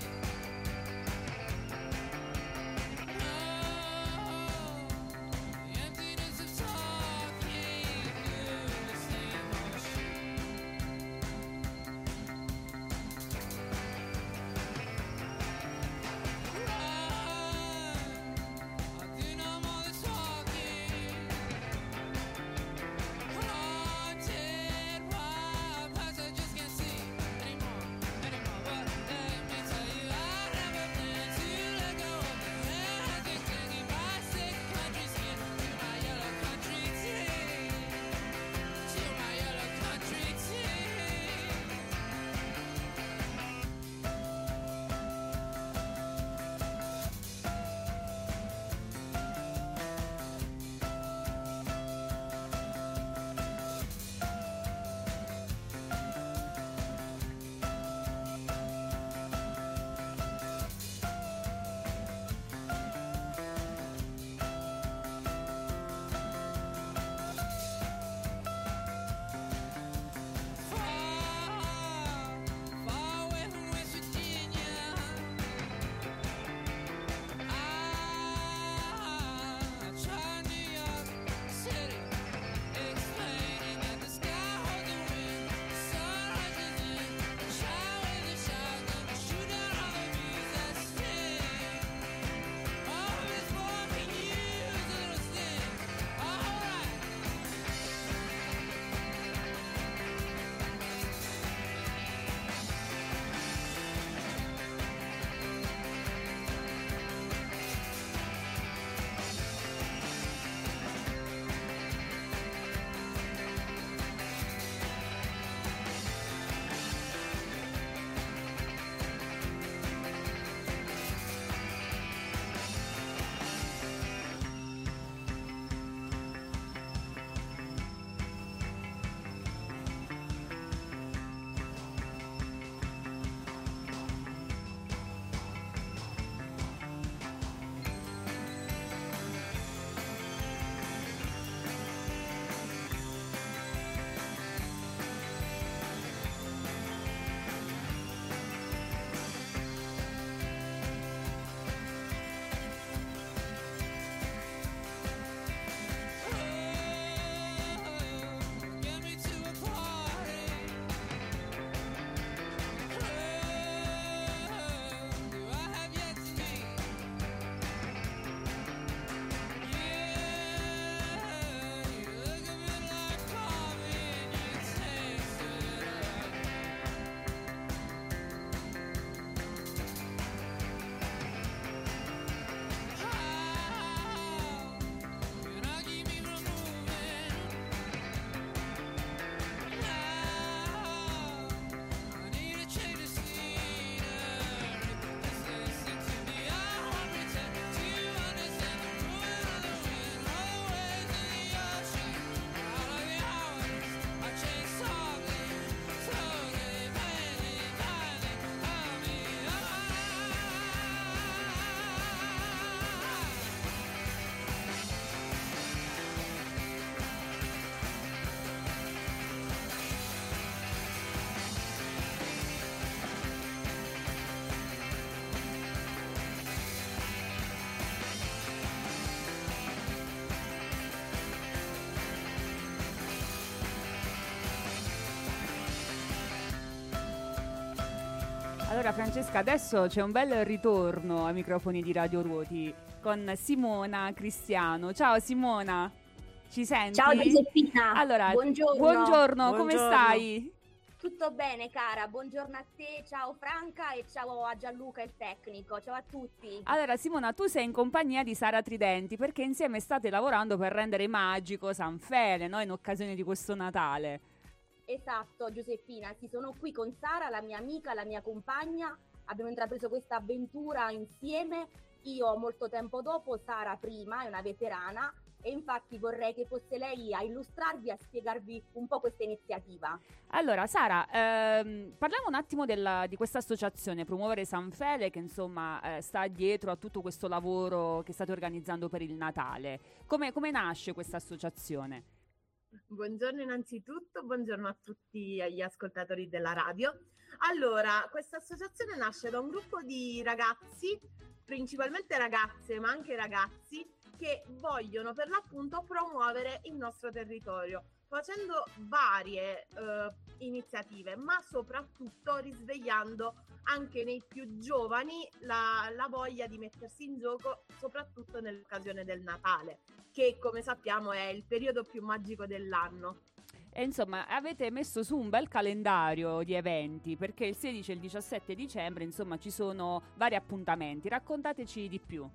Allora Francesca, adesso c'è un bel ritorno ai microfoni di Radio Ruoti con Simona Cristiano. Ciao Simona, ci senti? Ciao Giuseppina, Allora, buongiorno. buongiorno, come stai? Tutto bene cara, buongiorno a te, ciao Franca e ciao a Gianluca il tecnico, ciao a tutti. Allora Simona, tu sei in compagnia di Sara Tridenti perché insieme state lavorando per rendere magico San Fele, no? In occasione di questo Natale. Esatto Giuseppina, sì, sono qui con Sara, la mia amica, la mia compagna, abbiamo intrapreso questa avventura insieme, io molto tempo dopo, Sara prima, è una veterana e infatti vorrei che fosse lei a illustrarvi, a spiegarvi un po' questa iniziativa. Allora Sara, parliamo un attimo di questa associazione Promuovere San Fele che insomma sta dietro a tutto questo lavoro che state organizzando per il Natale. Come nasce questa associazione? Buongiorno innanzitutto, buongiorno a tutti gli ascoltatori della radio. Allora, questa associazione nasce da un gruppo di ragazzi, principalmente ragazze ma anche ragazzi, che vogliono per l'appunto promuovere il nostro territorio facendo varie iniziative, ma soprattutto risvegliando anche nei più giovani la voglia di mettersi in gioco, soprattutto nell'occasione del Natale, che come sappiamo è il periodo più magico dell'anno. E insomma avete messo su un bel calendario di eventi perché il 16 e il 17 dicembre insomma ci sono vari appuntamenti, raccontateci di più.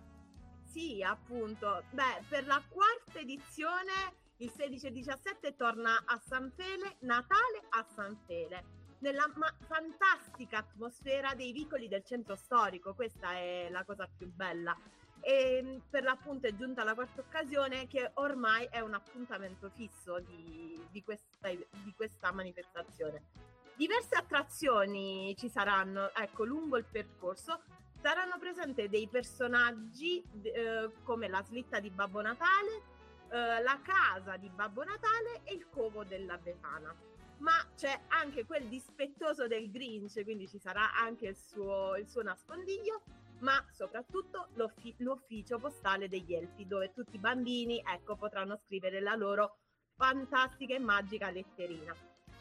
Sì, appunto. Beh, per la quarta edizione, il 16 e 17 torna a San Fele, Natale a San Fele, nella fantastica atmosfera dei vicoli del centro storico. Questa è la cosa più bella. E per l'appunto è giunta la quarta occasione, che ormai è un appuntamento fisso di questa manifestazione. Diverse attrazioni ci saranno, ecco, lungo il percorso. Saranno presenti dei personaggi come la slitta di Babbo Natale, la casa di Babbo Natale e il covo della Befana. Ma c'è anche quel dispettoso del Grinch, quindi ci sarà anche il suo nascondiglio, ma soprattutto l'ufficio postale degli Elfi, dove tutti i bambini, ecco, potranno scrivere la loro fantastica e magica letterina.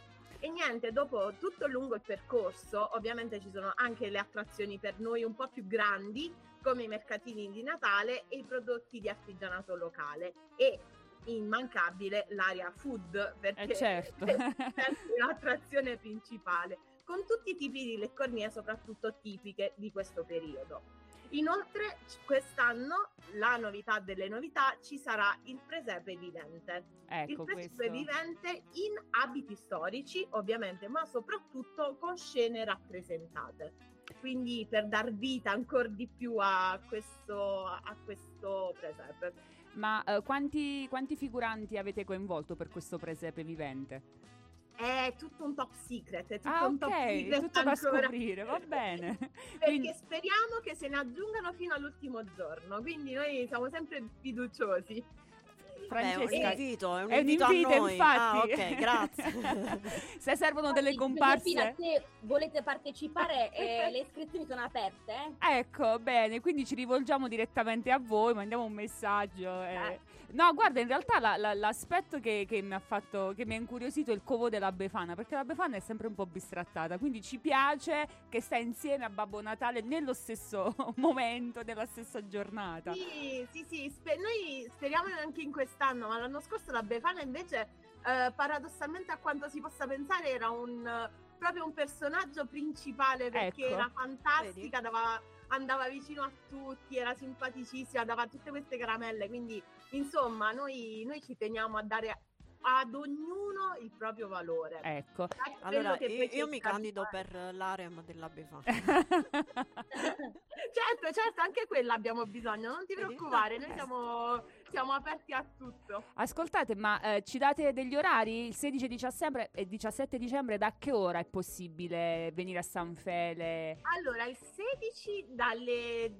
E niente, dopo tutto lungo il percorso, ovviamente ci sono anche le attrazioni per noi un po' più grandi, come i mercatini di Natale e i prodotti di artigianato locale. E immancabile l'area food, perché certo. è l'attrazione principale, con tutti i tipi di leccornie, soprattutto tipiche di questo periodo. Inoltre quest'anno la novità delle novità, ci sarà il presepe vivente. Ecco, il presepe questo vivente in abiti storici ovviamente, ma soprattutto con scene rappresentate, quindi per dar vita ancora di più a questo presepe. Ma quanti figuranti avete coinvolto per questo presepe vivente? È tutto un top secret, è tutto un top secret, tutto da ancora. scoprire, va bene. Perché speriamo che se ne aggiungano fino all'ultimo giorno, quindi noi siamo sempre fiduciosi. Francesca, è un invito è un invito a noi. infatti. Ok, grazie. Se servono delle comparse, Giuseppina, se volete partecipare, le iscrizioni sono aperte. Ecco, bene, quindi ci rivolgiamo direttamente a voi, mandiamo un messaggio. No, guarda, in realtà l'aspetto che mi ha incuriosito è il covo della Befana, perché la Befana è sempre un po' bistrattata, quindi ci piace che sta insieme a Babbo Natale nello stesso momento, nella stessa giornata. Sì, noi speriamo anche in quest'anno, ma l'anno scorso la Befana invece, paradossalmente a quanto si possa pensare, era proprio un personaggio principale, perché Ecco. era fantastica, andava vicino a tutti, era simpaticissima, dava tutte queste caramelle, quindi insomma noi ci teniamo a dare ad ognuno il proprio valore. Ecco. Allora, Quello che poi io mi cerca di candido fare. per l'area della Befana. Certo, anche quella abbiamo bisogno, non ti preoccupare, noi siamo aperti a tutto. Ascoltate, ma ci date degli orari? Il 16 e 17 dicembre da che ora è possibile venire a San Fele? Allora, il 16 dalle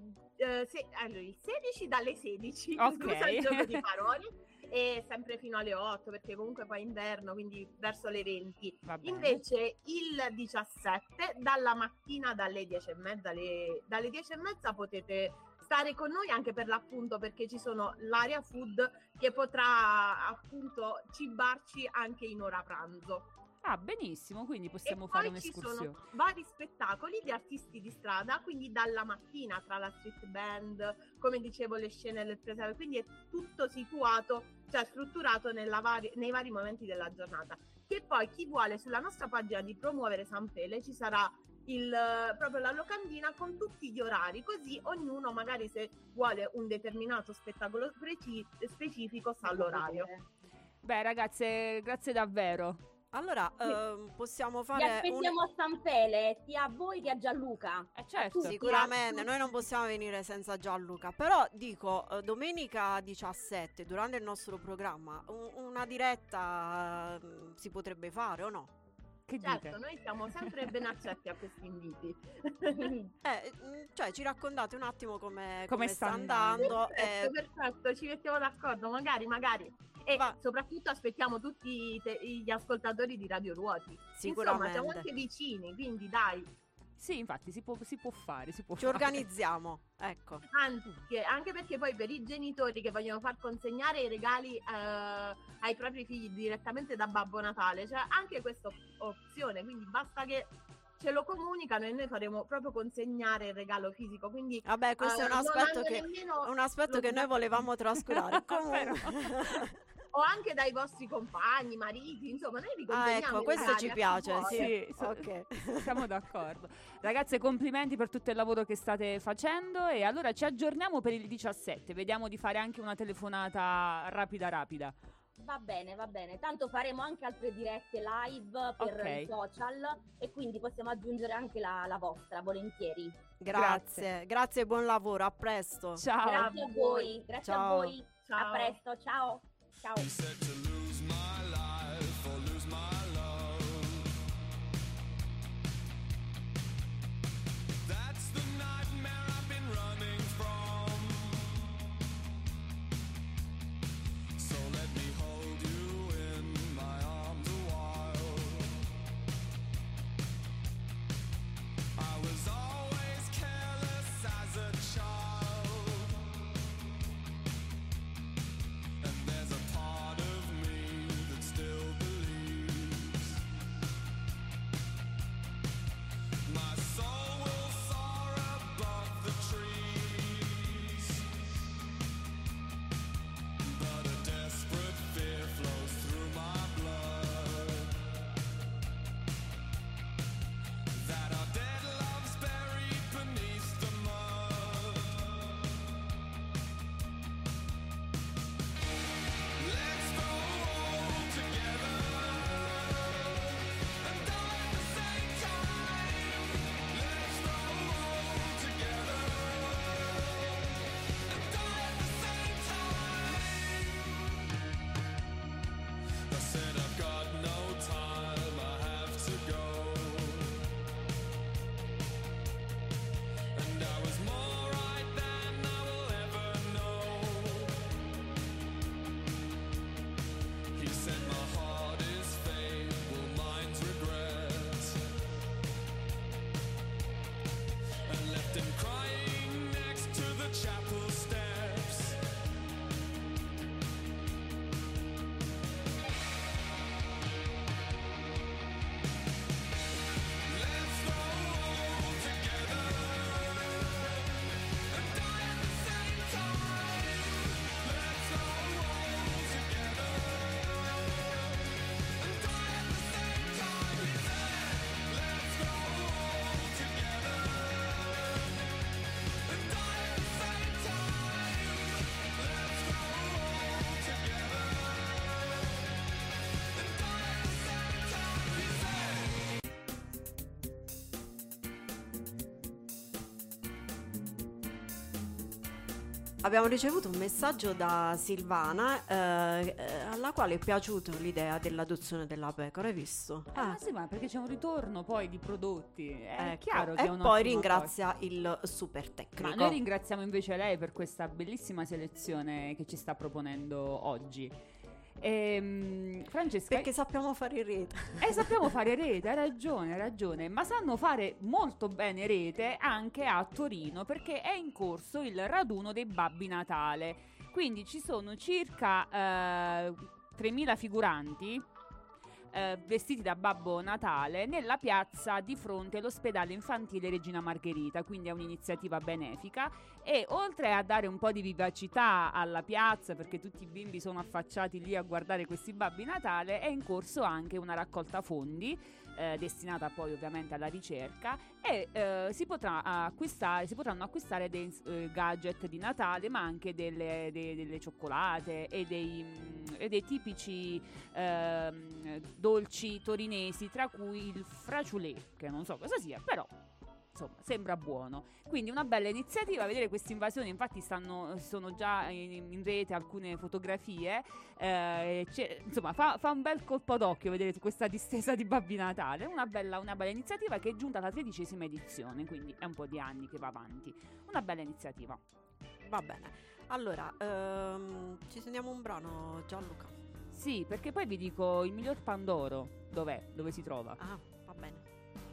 16, Ok. scusa il gioco di parole, e sempre fino alle 8, perché comunque poi è inverno, quindi verso le 20. Va bene. Invece il 17 dalla mattina dalle 10:30, dalle 10:30 potete stare con noi, anche per l'appunto perché ci sono l'area food che potrà appunto cibarci anche in ora pranzo. Ah, benissimo, quindi possiamo E fare poi ci un'escursione. sono vari spettacoli di artisti di strada, quindi dalla mattina tra la street band, come dicevo, le scene del presepe, quindi è tutto situato, cioè strutturato nei vari momenti della giornata. Che poi chi vuole, sulla nostra pagina di Promuovere San Fele ci sarà proprio la locandina con tutti gli orari, così ognuno magari se vuole un determinato spettacolo specifico sa l'orario. Beh, ragazze, grazie davvero. Allora, possiamo Vi fare aspettiamo a San Fele, sia a voi che a Gianluca. Certo. Sicuramente, noi non possiamo venire senza Gianluca, però dico, domenica 17, durante il nostro programma, una diretta si potrebbe fare o no? Che certo, noi siamo sempre ben accetti a questi inviti. Cioè, ci raccontate un attimo come sta andando. Perfetto, ci mettiamo d'accordo, magari. E soprattutto aspettiamo tutti gli ascoltatori di Radio Ruoti. Sicuramente. Insomma, siamo anche vicini, quindi dai. Sì, infatti si può fare. Ci organizziamo, ecco. Anche perché poi per i genitori che vogliono far consegnare i regali ai propri figli direttamente da Babbo Natale, c'è anche questa opzione, quindi basta che ce lo comunicano e noi faremo proprio consegnare il regalo fisico. Quindi vabbè, questo è un aspetto che noi volevamo trascurare. Comunque o anche dai vostri compagni, mariti, insomma, noi vi consegniamo ecco, questo ci piace, sì, ok. Siamo d'accordo. Ragazze, complimenti per tutto il lavoro che state facendo e allora ci aggiorniamo per il 17, vediamo di fare anche una telefonata rapida. Va bene, tanto faremo anche altre dirette live per i social e quindi possiamo aggiungere anche la vostra, volentieri. Grazie e buon lavoro, a presto. Ciao. Grazie a voi, Ciao. A voi. Ciao. A presto, ciao. Abbiamo ricevuto un messaggio da Silvana alla quale è piaciuta l'idea dell'adozione della pecora, hai visto? Ma sì, ma perché c'è un ritorno poi di prodotti, è Ecco. chiaro che E è un'ottima poi ringrazia il super tecnico. Ma noi ringraziamo invece lei per questa bellissima selezione che ci sta proponendo oggi. Francesca, perché sappiamo fare rete. Sappiamo fare rete, hai ragione, ma sanno fare molto bene rete anche a Torino, perché è in corso il raduno dei Babbi Natale. Quindi ci sono circa 3.000 figuranti vestiti da Babbo Natale nella piazza di fronte all'ospedale infantile Regina Margherita, quindi è un'iniziativa benefica, e oltre a dare un po' di vivacità alla piazza perché tutti i bimbi sono affacciati lì a guardare questi Babbi Natale, è in corso anche una raccolta fondi destinata poi ovviamente alla ricerca, e si potranno acquistare dei gadget di Natale, ma anche delle cioccolate e dei tipici dolci torinesi, tra cui il fraciulè, che non so cosa sia, però insomma sembra buono. Quindi una bella iniziativa, vedere queste invasioni. Infatti sono già in rete alcune fotografie, insomma fa un bel colpo d'occhio vedere questa distesa di Babbi Natale. Una bella iniziativa che è giunta alla 13ª edizione, quindi è un po' di anni che va avanti. Una bella iniziativa. Va bene, allora ci sentiamo un brano, Gianluca? Sì, perché poi vi dico il miglior Pandoro dov'è, dove si trova. Ah, va bene.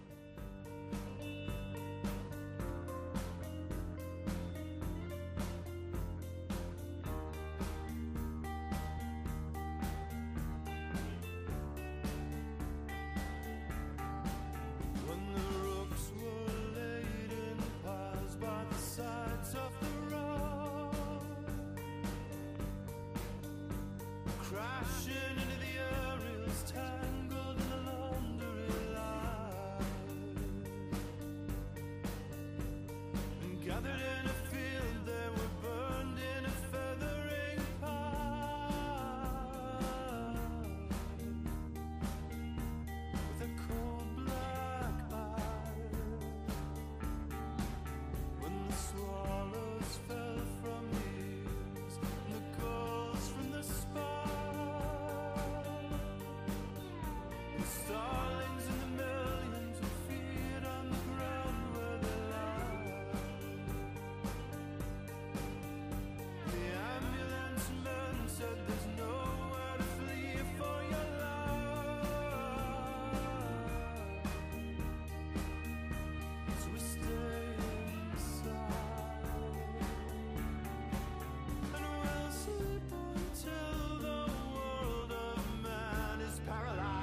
Crashing into the aerials, tangled in the laundry line, and gathered in a field they were burned in a feathering pile, with a cold black eye. When the swallows fell from the eaves and the gulls from the spire, starlings in the millions who feed on the ground where they lie. The ambulance men said there's nowhere to flee for your life, so we stay inside, and we'll sleep until the world of man is paralyzed.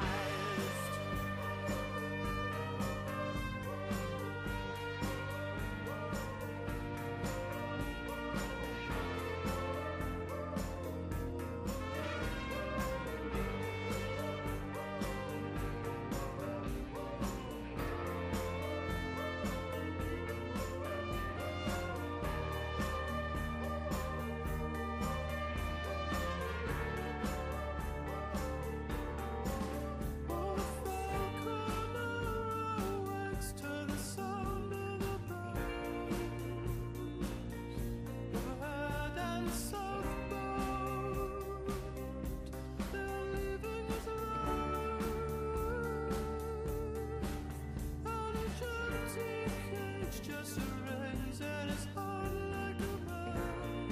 Just rains and it's hot like a man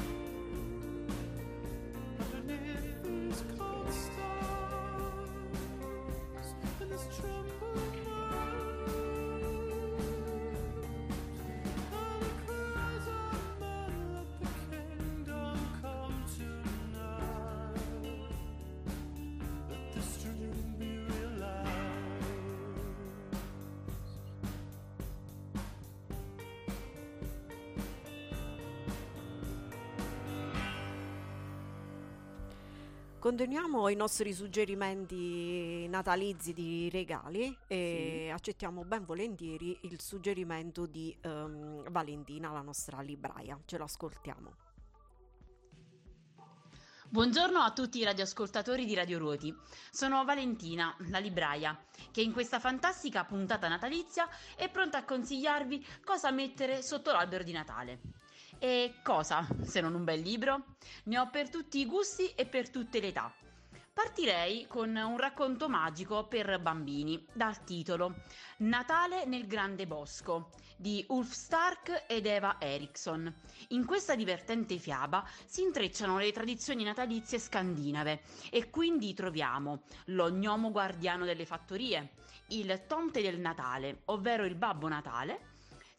underneath these cold stars and this trembling night, and it cries out, man, let the kingdom come tonight, let this dream be realized. Continuiamo i nostri suggerimenti natalizi di regali e accettiamo ben volentieri il suggerimento di Valentina, la nostra libraia. Ce lo ascoltiamo. Buongiorno a tutti i radioascoltatori di Radio Ruoti. Sono Valentina, la libraia, che in questa fantastica puntata natalizia è pronta a consigliarvi cosa mettere sotto l'albero di Natale. E cosa, se non un bel libro? Ne ho per tutti i gusti e per tutte le età. Partirei con un racconto magico per bambini dal titolo Natale nel grande bosco di Ulf Stark ed Eva Eriksson. In questa divertente fiaba si intrecciano le tradizioni natalizie scandinave e quindi troviamo lo gnomo guardiano delle fattorie, il Tomte del Natale, ovvero il Babbo Natale,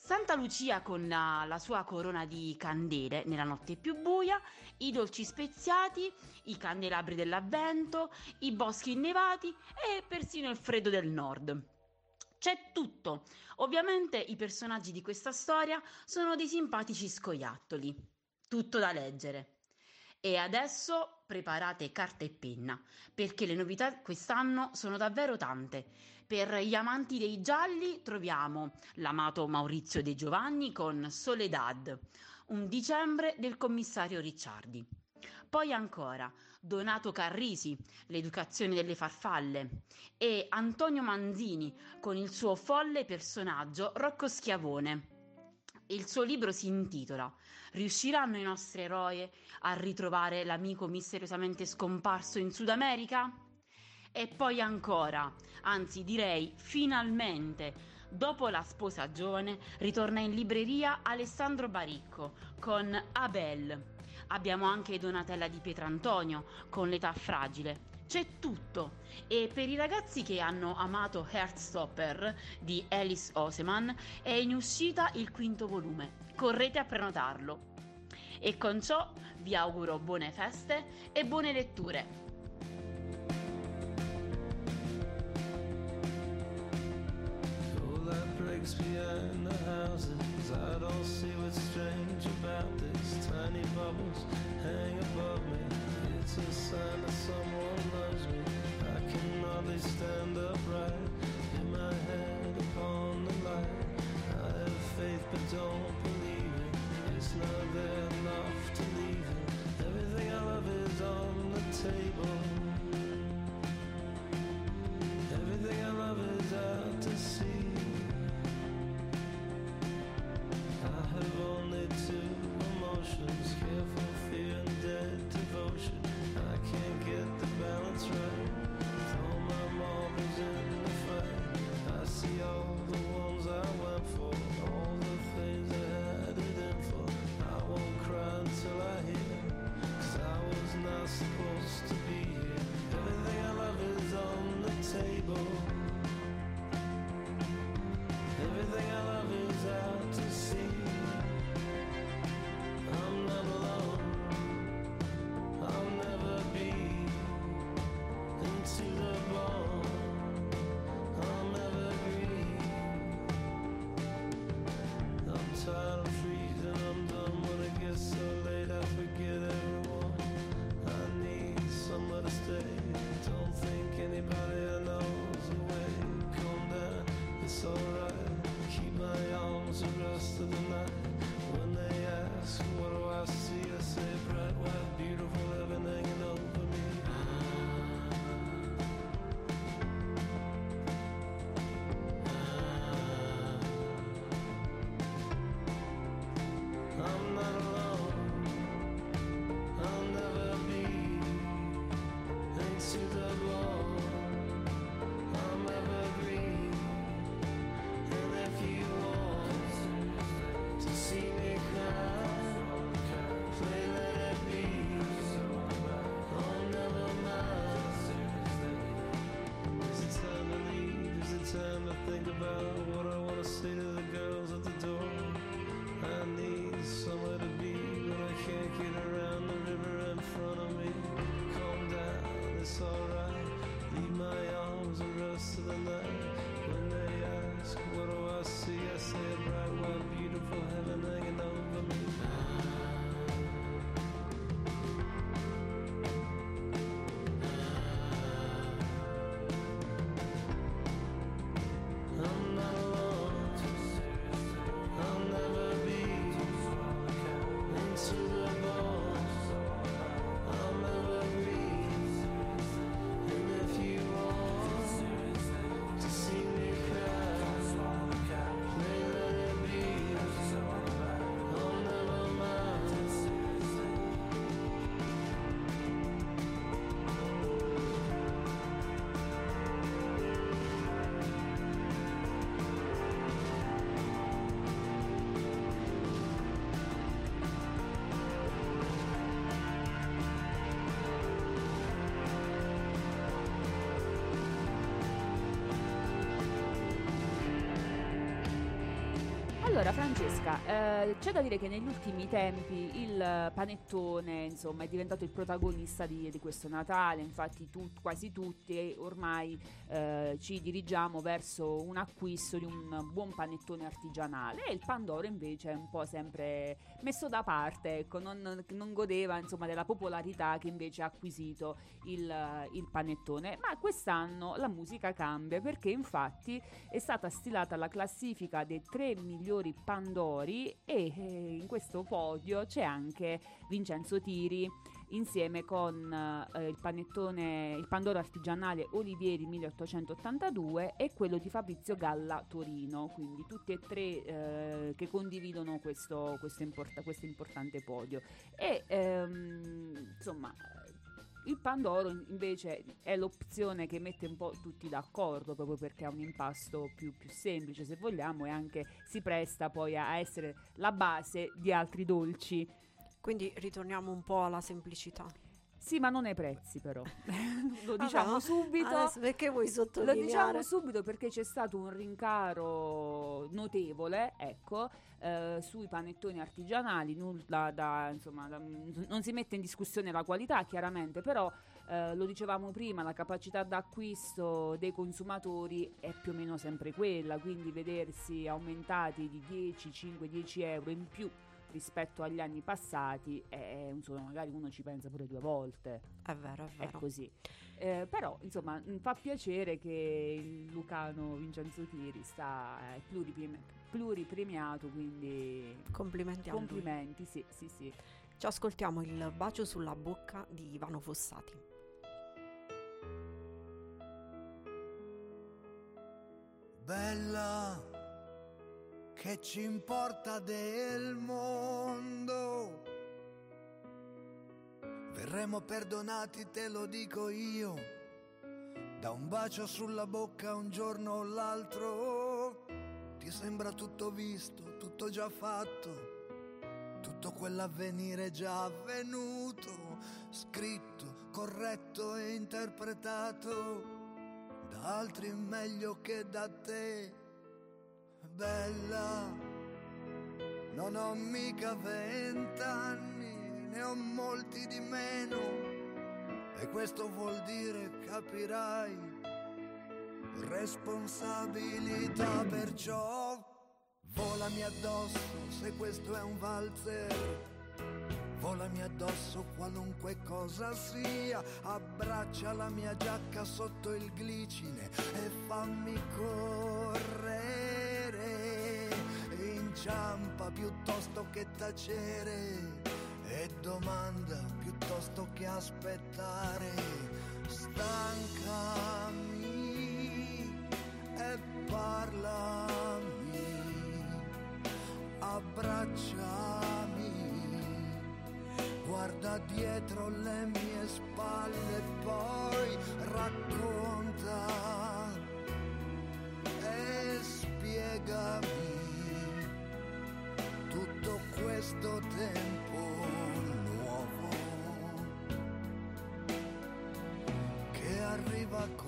Santa Lucia con la sua corona di candele nella notte più buia, i dolci speziati, i candelabri dell'avvento, i boschi innevati e persino il freddo del nord. C'è tutto. Ovviamente i personaggi di questa storia sono dei simpatici scoiattoli. Tutto da leggere. E adesso preparate carta e penna, perché le novità quest'anno sono davvero tante. Per gli amanti dei gialli troviamo l'amato Maurizio De Giovanni con Soledad, un dicembre del commissario Ricciardi. Poi ancora Donato Carrisi, l'educazione delle farfalle, e Antonio Manzini con il suo folle personaggio Rocco Schiavone. Il suo libro si intitola Riusciranno i nostri eroi a ritrovare l'amico misteriosamente scomparso in Sud America? E poi ancora, anzi direi finalmente, dopo La sposa giovane, ritorna in libreria Alessandro Baricco con Abel. Abbiamo anche Donatella di Pietrantonio con L'età fragile. C'è tutto. E per i ragazzi che hanno amato Heartstopper di Alice Oseman è in uscita il 5º volume. Correte a prenotarlo. E con ciò vi auguro buone feste e buone letture. Behind the houses, I don't see what's strange about this. Tiny bubbles hang above me. It's a sign that someone loves me. I can hardly stand upright. Hit my head upon the light. I have faith but don't believe it. It's not there enough to leave it. Everything I love is on the table. Everything I love is out to sea. I have only two emotions, careful fear and dead devotion. I can't get the balance right. Throw my marbles in the fight. I see all the ones I went for, all the things I had it in for. I won't cry until I hear, 'cause I was not supposed to be here. Everything I love is on the table. Everything I love is out to sea. I'm not alone, I'll never be. Into the bone, I'll never agree. I'm tired of freezing, I'm done when it gets so late. I forget everyone, I need somewhere to stay. Don't think anybody I know is away. Allora Francesca, c'è da dire che negli ultimi tempi il panettone insomma è diventato il protagonista di questo Natale, infatti quasi tutti ormai ci dirigiamo verso un acquisto di un buon panettone artigianale, e il Pandoro invece è un po' sempre messo da parte, ecco, non godeva insomma della popolarità che invece ha acquisito il panettone. Ma quest'anno la musica cambia, perché infatti è stata stilata la classifica dei 3 migliori Pandori, e in questo podio c'è anche Vincenzo Tiri insieme con il Pandoro artigianale Olivieri 1882 e quello di Fabrizio Galla Torino, quindi tutti e tre che condividono questo importante podio. E insomma il Pandoro invece è l'opzione che mette un po' tutti d'accordo, proprio perché ha un impasto più semplice, se vogliamo, e anche si presta poi a essere la base di altri dolci. Quindi ritorniamo un po' alla semplicità. Sì, ma non ai prezzi però. Lo diciamo subito. Adesso perché vuoi sottolineare? Lo diciamo subito perché c'è stato un rincaro notevole, ecco, sui panettoni artigianali, non si mette in discussione la qualità chiaramente, però lo dicevamo prima, la capacità d'acquisto dei consumatori è più o meno sempre quella, quindi vedersi aumentati di 5-10 euro in più rispetto agli anni passati, insomma, magari uno ci pensa pure 2 volte. È vero. È così. Però insomma fa piacere che il lucano Vincenzo Tiri sta pluripremiato, quindi complimenti a lui. Complimenti, sì. Ci ascoltiamo il Bacio sulla bocca di Ivano Fossati. Bella, che ci importa del mondo? Verremo perdonati, te lo dico io, da un bacio sulla bocca un giorno o l'altro. Ti sembra tutto visto, tutto già fatto, tutto quell'avvenire già avvenuto, scritto, corretto e interpretato da altri meglio che da te. Bella, non ho mica 20 anni, ne ho molti di meno, e questo vuol dire, capirai, responsabilità. Perciò volami addosso se questo è un valzer, volami addosso qualunque cosa sia, abbraccia la mia giacca sotto il glicine e fammi correre, inciampa piuttosto che tacere e domanda piuttosto che aspettare, stancami e parlami, abbracciami, guarda dietro le mie spalle, poi racconta e spiegami tutto questo tempo nuovo che arriva con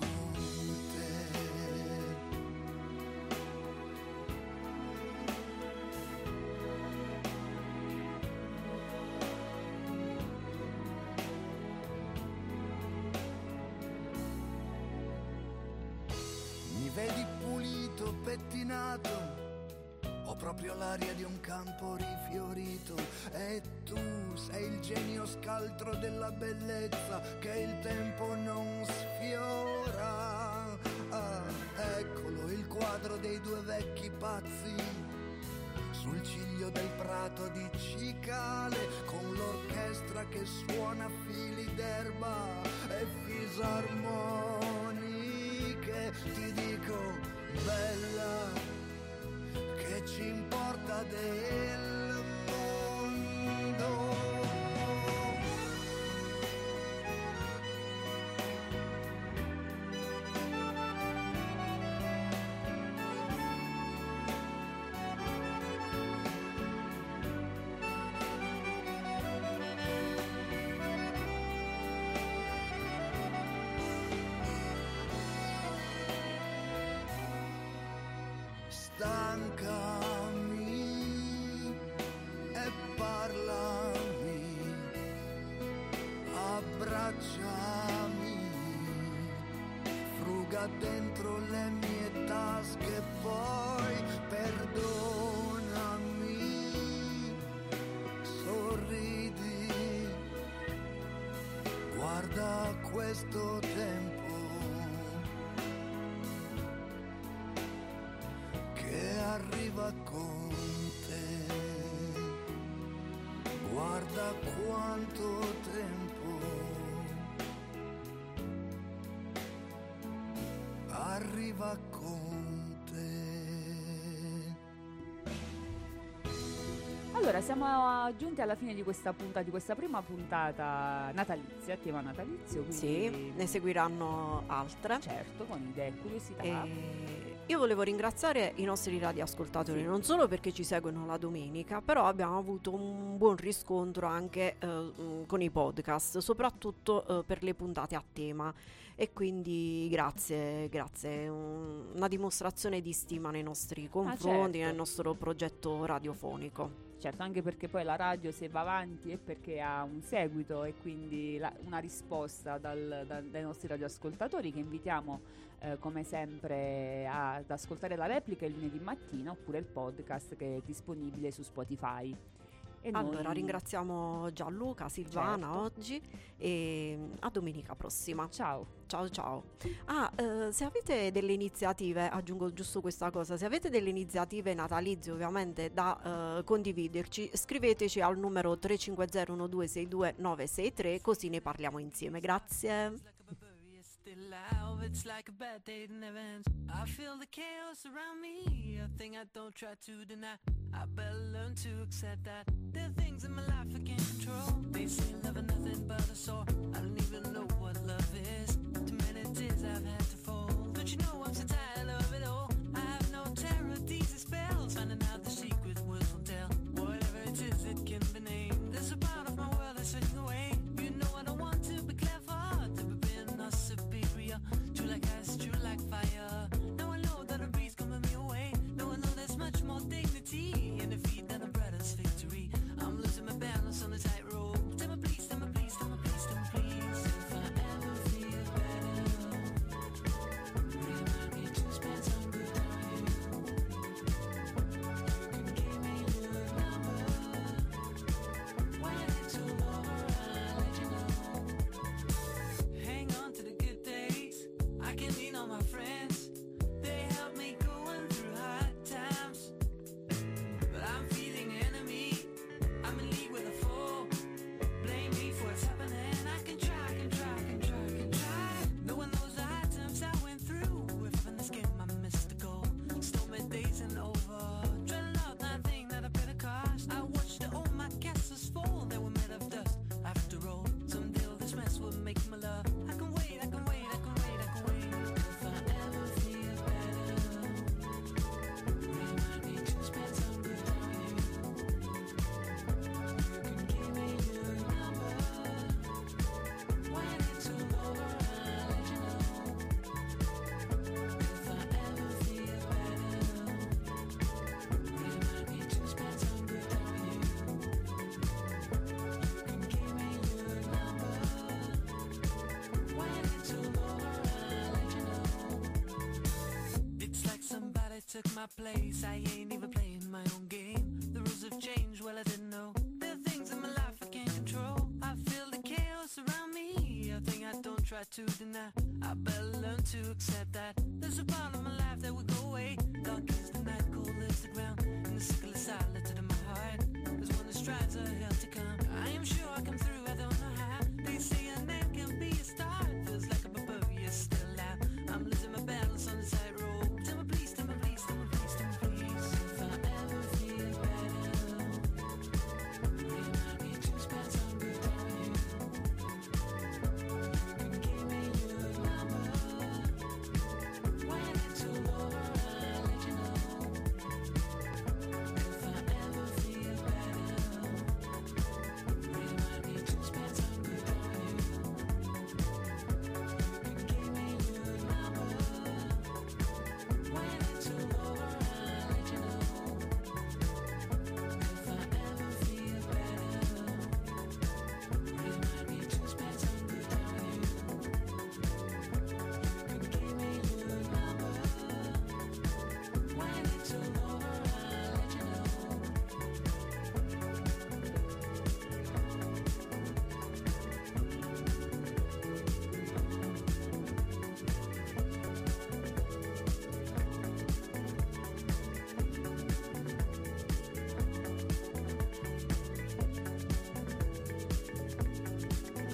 vedi pulito, pettinato, ho proprio l'aria di un campo rifiorito, e tu sei il genio scaltro della bellezza che il tempo non sfiora. Eccolo il quadro dei 2 vecchi pazzi sul ciglio del prato di cicale, con l'orchestra che suona fili d'erba e fisarmonica. Ti dico, bella, che ci importa del mondo? Stancami droga dentro le mie tasche, poi perdonami, sorridi, guarda questo tempo che arriva con te, guarda quanto tempo arriva con te. Allora, siamo giunti alla fine di questa puntata, di questa prima puntata natalizia, tema natalizio. Quindi... Sì, ne seguiranno altre. Certo, con idee e curiosità. Io volevo ringraziare i nostri radioascoltatori, non solo perché ci seguono la domenica, però abbiamo avuto un buon riscontro anche con i podcast, soprattutto per le puntate a tema. E quindi grazie, una dimostrazione di stima nei nostri confronti, certo. nel nostro progetto radiofonico. Certo, anche perché poi la radio, se va avanti, è perché ha un seguito e quindi una risposta dai nostri radioascoltatori, che invitiamo come sempre ad ascoltare la replica il lunedì mattina, oppure il podcast che è disponibile su Spotify. E allora noi... ringraziamo Gianluca, Silvana, certo, oggi, e a domenica prossima. Ciao. Se avete delle iniziative, aggiungo giusto questa cosa, se avete delle iniziative natalizie ovviamente da condividerci, scriveteci al numero 350-1262-963, così ne parliamo insieme. Grazie. Loud, it's like a bad day that never ends. I feel the chaos around me, a thing I don't try to deny. I better learn to accept that there are things in my life I can't control. They say love is nothing but a sore. I don't even know what love is. Too many tears I've had to fold. Don't you know I'm so tired of it all? I have no terror of these spells. Finding out the secret words will tell. Whatever it is, it can be named. There's a part of my world that's fading away. You know I don't want to be clever, to be being or superior. True like ice, true like fire. Now I know that a breeze coming me away. Now I know there's much more dignity in defeat than a brother's victory. I'm losing my balance on the tightrope. Tell me please, tell me please, tell me please, tell me please. If I ever feel better, remind me to spend some good time with you. You can give me your number. When it's all over, I'll let you know. Hang on to the good days. I can lean on my friends. They help me going through hard times. But I'm feeling enemy. I'm in league with a foe. Blame me for what's happening. I can try. No one knows the hard times I went through. If in this game I missed the goal. Stormy days and over. Dreading out that thing that I paid the cost. I watched all my castles fall. They were made of dust. After all, someday all this mess will make my love. I can wait. If I ever feel better, remind me to spend some good time with you. You can give me your number. When it's all over, I'll let you know. If I ever feel better, remind me to spend some good time with you. You can give me your number. When it's all over, I'll let you know. It's like somebody took my place. I ain't even playing my own game. The rules have changed, well I didn't know. There are things in my life I can't control. I feel the chaos around me, a thing I don't try to deny. I better learn to accept that there's a part